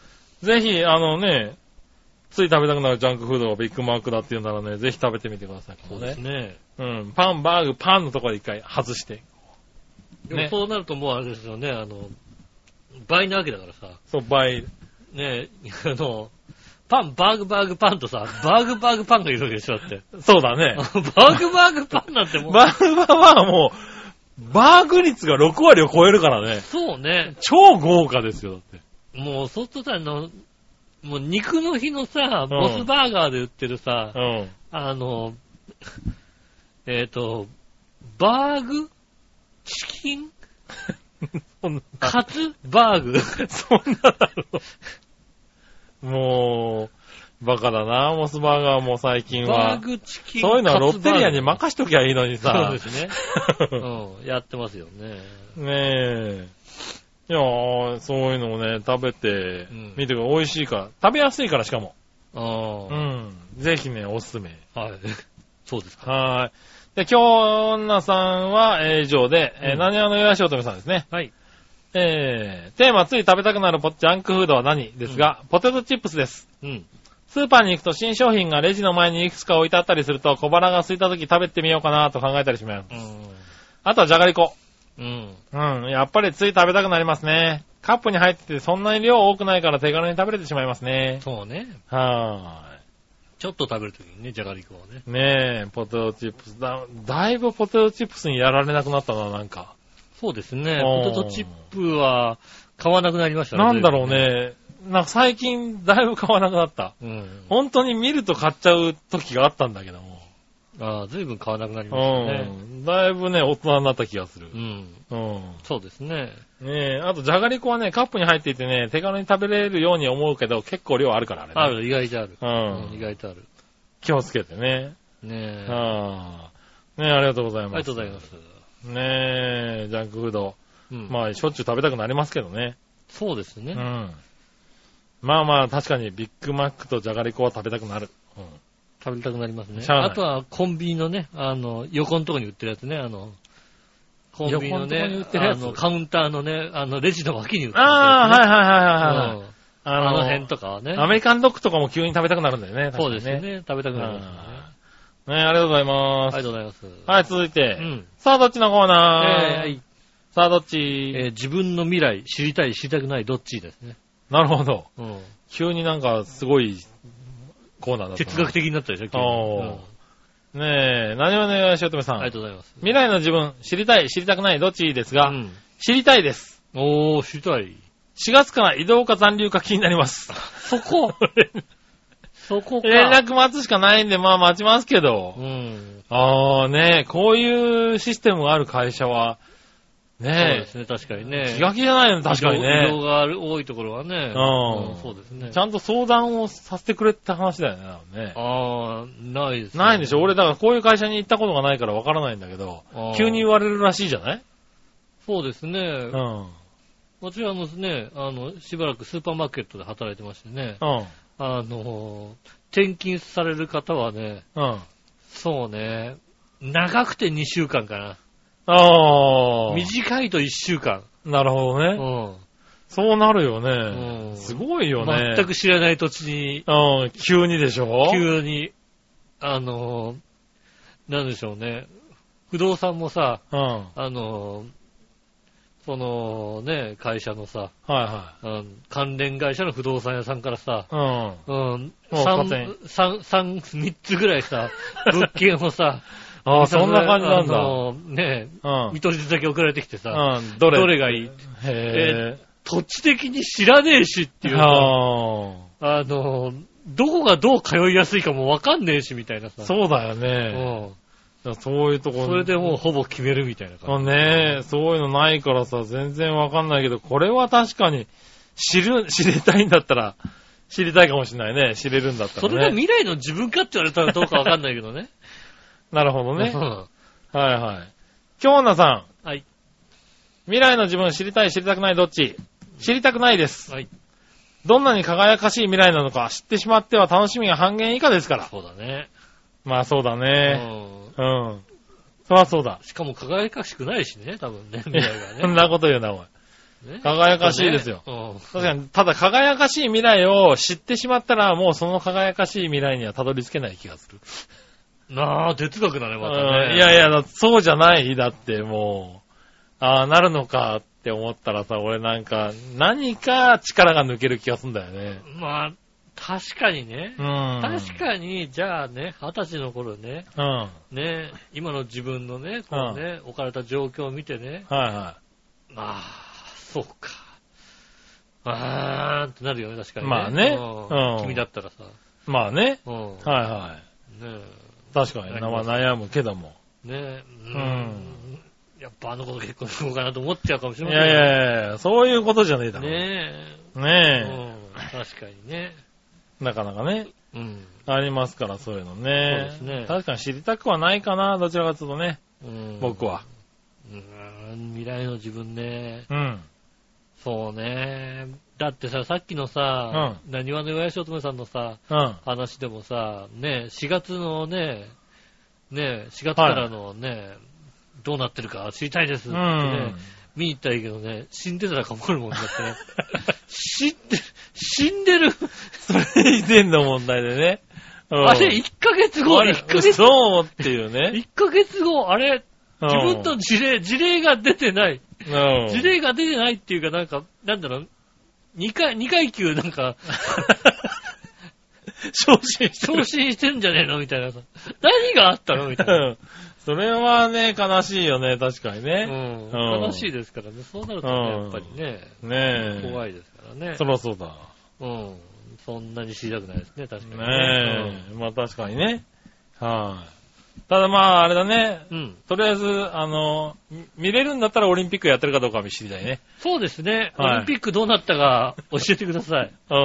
S3: ぜひ、あのね、つい食べたくなるジャンクフードがビッグマックだっていうならね、ぜひ食べてみてください。
S2: そうですね。
S3: うん。パン、バーグ、パンのところで一回外して。
S2: でもそうなるともうあれですよね、あの、倍なわけだからさ。
S3: そう、倍。
S2: ねえ、あの、パン、バーグバーグパンとさ、バーグバーグパンがいるわけでしょだって。
S3: そうだね。
S2: バーグバーグパンなんてもう。
S3: バーグバーグパンはもう、バーグ率がろく割を超えるからね。
S2: そうね。
S3: 超豪華ですよ、だって。
S2: もう、そうするとさ、あの、もう肉の日のさ、ボスバーガーで売ってるさ、うん、あの、えっ、ー、と、バーグチキンカツバーグ
S3: そんなだろう。もう、バカだな、モスバーガーも最近は。
S2: バーグチキン
S3: そういうのはロッテリアに任しときゃいいのにさ。
S2: そうですね。うん、やってますよね。
S3: ねえ。いやー、そういうのをね、食べて、見てください。美味しいから。食べやすいから、しかも。
S2: ああ。
S3: うん。ぜひね、おすすめ。
S2: はい。そうですか。
S3: はい。で、今日女さんは、えー、以上で、うん、えー、何話のよやしおとめさんですね。
S2: はい。
S3: えー、テーマ、つい食べたくなるジャンクフードは何ですが、うん、ポテトチップスです。うん。スーパーに行くと新商品がレジの前にいくつか置いてあったりすると、小腹が空いた時食べてみようかなと考えたりします。うん。あとはじゃがりこ。うん。うん。やっぱりつい食べたくなりますね。カップに入っててそんなに量多くないから手軽に食べれてしまいますね。
S2: そうね。
S3: はーい。
S2: ちょっと食べるときにね、じゃがりこをね。
S3: ねえ、ポテトチップスだ。だいぶポテトチップスにやられなくなったな、なんか。
S2: そうですね。ポテトチップは買わなくなりましたね。
S3: なんだろうね。なんか最近だいぶ買わなくなった。うん。本当に見ると買っちゃう時があったんだけども。
S2: ああ、ずいぶん買わなくなりましたね。
S3: うん。だいぶね、大人になった気がする。
S2: うん。うん。そうですね。
S3: ねえ、あと、じゃがりこはね、カップに入っていてね、手軽に食べれるように思うけど、結構量あるからあれね。
S2: ある、意外とある。
S3: うん。
S2: うん、意外とある。
S3: 気をつけてね。
S2: ねえ。
S3: ああ。ねえ、ありがとうございます。
S2: ありがとうございます。
S3: ねえ、ジャンクフード。うん、まあ、しょっちゅう食べたくなりますけどね。
S2: そうですね。
S3: うん。まあまあ、確かにビッグマックとじゃがりこは食べたくなる。うん。
S2: 食べたくなりますね。あとはコンビニのね、あの、横のとこに売ってるやつね、あの、コンビニのね、のあの、カウンターのね、あの、レジの脇に売ってるやつ、ね。
S3: ああ、はいはいはいはい、はい。
S2: あの、あの辺とかはね。
S3: アメリカンドッグとかも急に食べたくなるんだよね。
S2: そうですね。食べたくなりますね。
S3: ね、ありがとうございます。
S2: ありがとうございます。
S3: はい、続いて。うん、さあ、どっちのコーナー、えー、さあ、どっち、
S2: えー、自分の未来、知りたい、知りたくない、どっちですね。
S3: なるほど。うん、急になんか、すごい、コーナーだった。
S2: 哲学的になったでしょ、急に。
S3: うん、ねえ、何をね、よしおとめさん。
S2: ありがとうございます。
S3: 未来の自分、知りたい、知りたくない、どっちですが、うん、知りたいです。
S2: おー、知りたい。
S3: しがつから移動か残留か気になります。
S2: そこそこか。
S3: 連絡待つしかないんで、まあ待ちますけど。うん。ああね、こういうシステムがある会社は、ねえ。
S2: そうですね、確かにね。
S3: 気が気じゃないよね、確かにね。
S2: 移動が多いところはね。
S3: うん。
S2: うん、そうですね。
S3: ちゃんと相談をさせてくれって話だよね、ね。
S2: ああ、ないですね。
S3: ないんでしょ。俺、だからこういう会社に行ったことがないからわからないんだけど、急に言われるらしいじゃない？
S2: そうですね。
S3: うん。
S2: 私はあのね、あの、しばらくスーパーマーケットで働いてましてね。うん。あの、転勤される方はね、うん。そうね、長くてにしゅうかんかな。ああ。短いといっしゅうか
S3: ん。なるほどね。うん。そうなるよね。うん。すごいよね。
S2: 全く知らない土地に。
S3: うん。急にでしょ？
S2: 急に。あの、なんでしょうね。不動産もさ、うん。あの、そのね、会社のさ、はいはい。うん、関連会社の不動産屋さんからさ、うん。うん。三、三、三、三つぐらいさ、物件をさ、
S3: ああ、そんな感じなんだ。
S2: あの、ね、うん。見取り図だけ送られてきてさ、
S3: うん。どれ
S2: どれがいいへ
S3: え。
S2: 土地的に知らねえしっていうさ、あの、どこがどう通いやすいかもわかんねえしみたいなさ。
S3: そうだよね。うん。そういうところ。
S2: それでもうほぼ決めるみたいな感
S3: じ。ねえ、そういうのないからさ、全然わかんないけど、これは確かに知る、知りたいんだったら、知りたいかもしれないね。知れるんだったらね。
S2: それが未来の自分かって言われたらどうかわかんないけどね。
S3: なるほどね。うん、はいはい。京奈さん。はい。未来の自分知りたい知りたくないどっち？知りたくないです。はい。どんなに輝かしい未来なのか知ってしまっては楽しみが半減以下ですから。
S2: そうだね。
S3: まあそうだね。うん。うん。そりゃそうだ。
S2: しかも輝かしくないしね、多分ね、未来がね。
S3: そんなこと言うな、おい。 ね、輝かしいですよ。ね、確かに、ただ輝かしい未来を知ってしまったら、もうその輝かしい未来にはたどり着けない気がする。
S2: なあ、哲学だね、またね。
S3: いやいや、そうじゃない。だってもう、ああ、なるのかって思ったらさ、俺なんか、何か力が抜ける気がするんだよね。
S2: まあ、確かにね。うん、確かに、じゃあね、二十歳の頃ね、うん、ね、今の自分のね、こうね、うん、置かれた状況を見てね、はいはい。まあ、そうか。あーんってなるよね、確かにね。まあね。うん、君だったらさ。
S3: まあね。うん、はいはい。ね、確かに、まあ、悩むけども。
S2: ね、うん。うん、やっぱあの子と結婚しようかなと思っちゃうかもしれませんね。
S3: いやいやいや、そういうことじゃねえだろ。
S2: ね
S3: え。ねえ、
S2: うん。確かにね。
S3: なかなかね。うん。ありますから、そういうのね。そうですね。確かに知りたくはないかな、どちらかというとね。うん。僕は。
S2: うん。未来の自分ね。うん。そうね。だってさ、さっきのさ、うん。なにわの岩井しおとめさんのさ、うん。話でもさ、ね、しがつのね、ね、しがつからのね、はい、どうなってるか知りたいですってね、うん、見に行ったらいいけどね、死んでたらかもるもんだってね。死んでる、死んでる。
S3: それ以前の問題でね。
S2: うん、あれ、いっかげつご、いっかげつ
S3: そうっていうね。
S2: いっかげつご、あれ、自分と事例、事例が出てない。うん、事例が出てないっていうか、なんか、なんだろう、にかい、にかい級なんか、
S3: 昇進して
S2: る。昇進してるんじゃねえのみたいなさ。何があったのみたいな。
S3: それはね、悲しいよね、確かにね。
S2: うん。悲しいですからね。そうなるとね、やっぱりね。ねえ。怖いですからね。
S3: そらそうだ。
S2: うん。そんなに知りたくないですね、確かにね。
S3: ねえ。うん、まあ確かにね。はい、ただまあ、あれだね。うん。とりあえず、あの、見れるんだったらオリンピックやってるかどうかも知りたいね。
S2: そうですね。はい、オリンピックどうなったか教えてください。うん。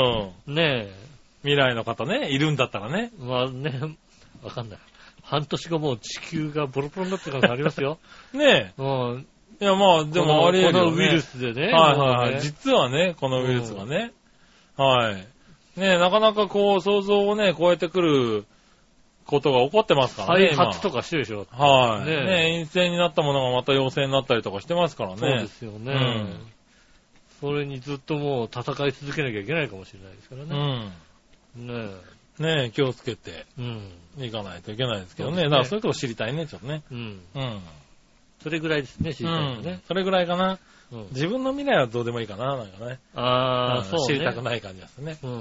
S2: ねえ。
S3: 未来の方ね、いるんだったらね。
S2: まあね、わかんない。半年後もう地球がボロボロになってる可能性ありますよ。
S3: ねえ。うん。いやまあ、でもあり得るよね。
S2: このウイルスでね。
S3: はいはいはい。ね、実はね、このウイルスがね。うん、はい。ねえ、なかなかこう、想像をね、超えてくることが起こってますからね。
S2: 開発とかしてるでしょ。
S3: はい。ねえ、ね、陰性になったものがまた陽性になったりとかしてますからね。そう
S2: ですよね。うん、それにずっともう戦い続けなきゃいけないかもしれないですからね。うん。ねえ。
S3: ねえ、気をつけて、うん。いかないといけないですけどね。ねだからそういうとこ知りたいね、ちょっとね。うん。うん。
S2: それぐらいですね、知りたいのね、うん。
S3: それぐらいかな。うん、自分の未来はどうでもいいかな、なんかね。ああ、うん、そう、ね。知りたくない感じですね。うん。うん。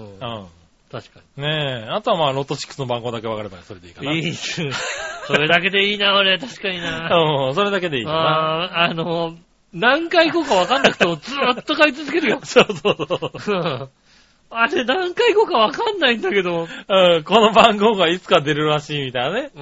S2: 確か
S3: に。ねえ。あとはまあ、ロトシックスの番号だけ分かればそれでいいかな。
S2: いいっす。それだけでいいな、俺。確かにな。
S3: うん、それだけでいいかな。
S2: ああ、あの、何回後か分かんなくてもずーっと買い続けるよ。
S3: そうそうそう。
S2: あれ何回後かわかんないんだけど。
S3: うん、この番号がいつか出るらしいみたいなね。
S2: うん。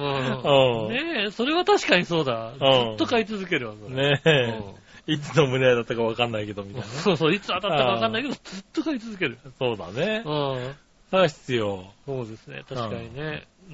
S2: うん、ねえ、それは確かにそうだ。ずっと買い続けるわ。
S3: ねえ、うん。いつの胸だったかわかんないけどみたいな。
S2: そうそう、いつ当たったかわかんないけど、ずっと買い続ける。
S3: そうだね。うん。それは必要。
S2: そうですね、確かにね。うん。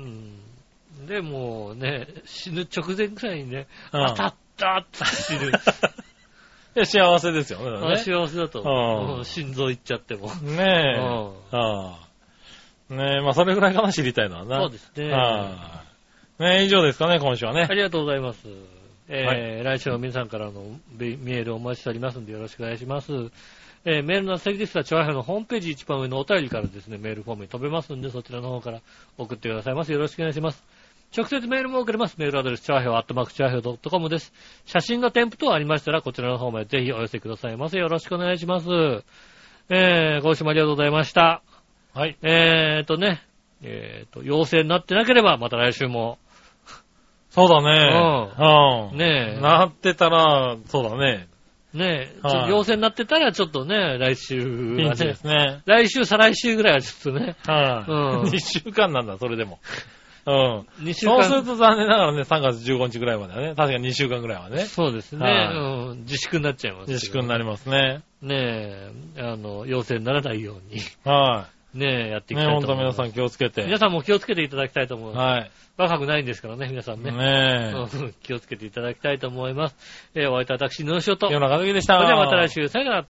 S2: で、もうね、死ぬ直前くらいにね、当たったって死ぬ。
S3: いや、幸せですよね。
S2: 幸せだと思う。うん、心臓いっちゃっても。
S3: ねえ。うん、ああねえ、まあそれぐらいかな、知りたいのはな。
S2: そうですね。
S3: あねえ、以上ですかね、今週はね。
S2: ありがとうございます。えーはい、来週は皆さんからのメールをお待ちしておりますのでよろしくお願いします。えー、メールの先ですが、チョアヘのホームページ一番上のお便りからですね、メールフォームに飛べますんで、そちらの方から送ってくださいます。よろしくお願いします。直接メールも送れます。メールアドレス、チャーヘオアットマークチャーヘオドットコムです。写真の添付等ありましたら、こちらの方までぜひお寄せくださいませ。よろしくお願いします。えー、今週もありがとうございました。はい。えーとね、えーと、陽性になってなければ、また来週も。
S3: そうだね。うん。
S2: うん。ねえ。
S3: なってたら、そうだね。
S2: ねえ、ちょ陽性になってたら、ちょっとね、来週はね。
S3: ピンチですね。
S2: 来週、再来週ぐらいはちょっとね。
S3: はい、うん。にしゅうかんなんだ、それでも。うん。にしゅうかん。そうすると残念ながらね、さんがつじゅうごにちぐらいまではね、確かににしゅうかんぐらいはね。
S2: そうですね。はい、うん。自粛になっちゃいます。
S3: 自粛になりますね。
S2: ねえ、あの、陽性にならないように。
S3: はい。
S2: ねえ、やっていきたいと思います。ねえ、
S3: ほんと皆さん気をつけて。
S2: 皆さんも気をつけていただきたいと思います。はい。若くないんですからね、皆さんね。
S3: ねえ。
S2: うん、気をつけていただきたいと思います。えー、お会いいた私、ヌーショと。
S3: 世の中でした。
S2: それではまた来週、さよなら。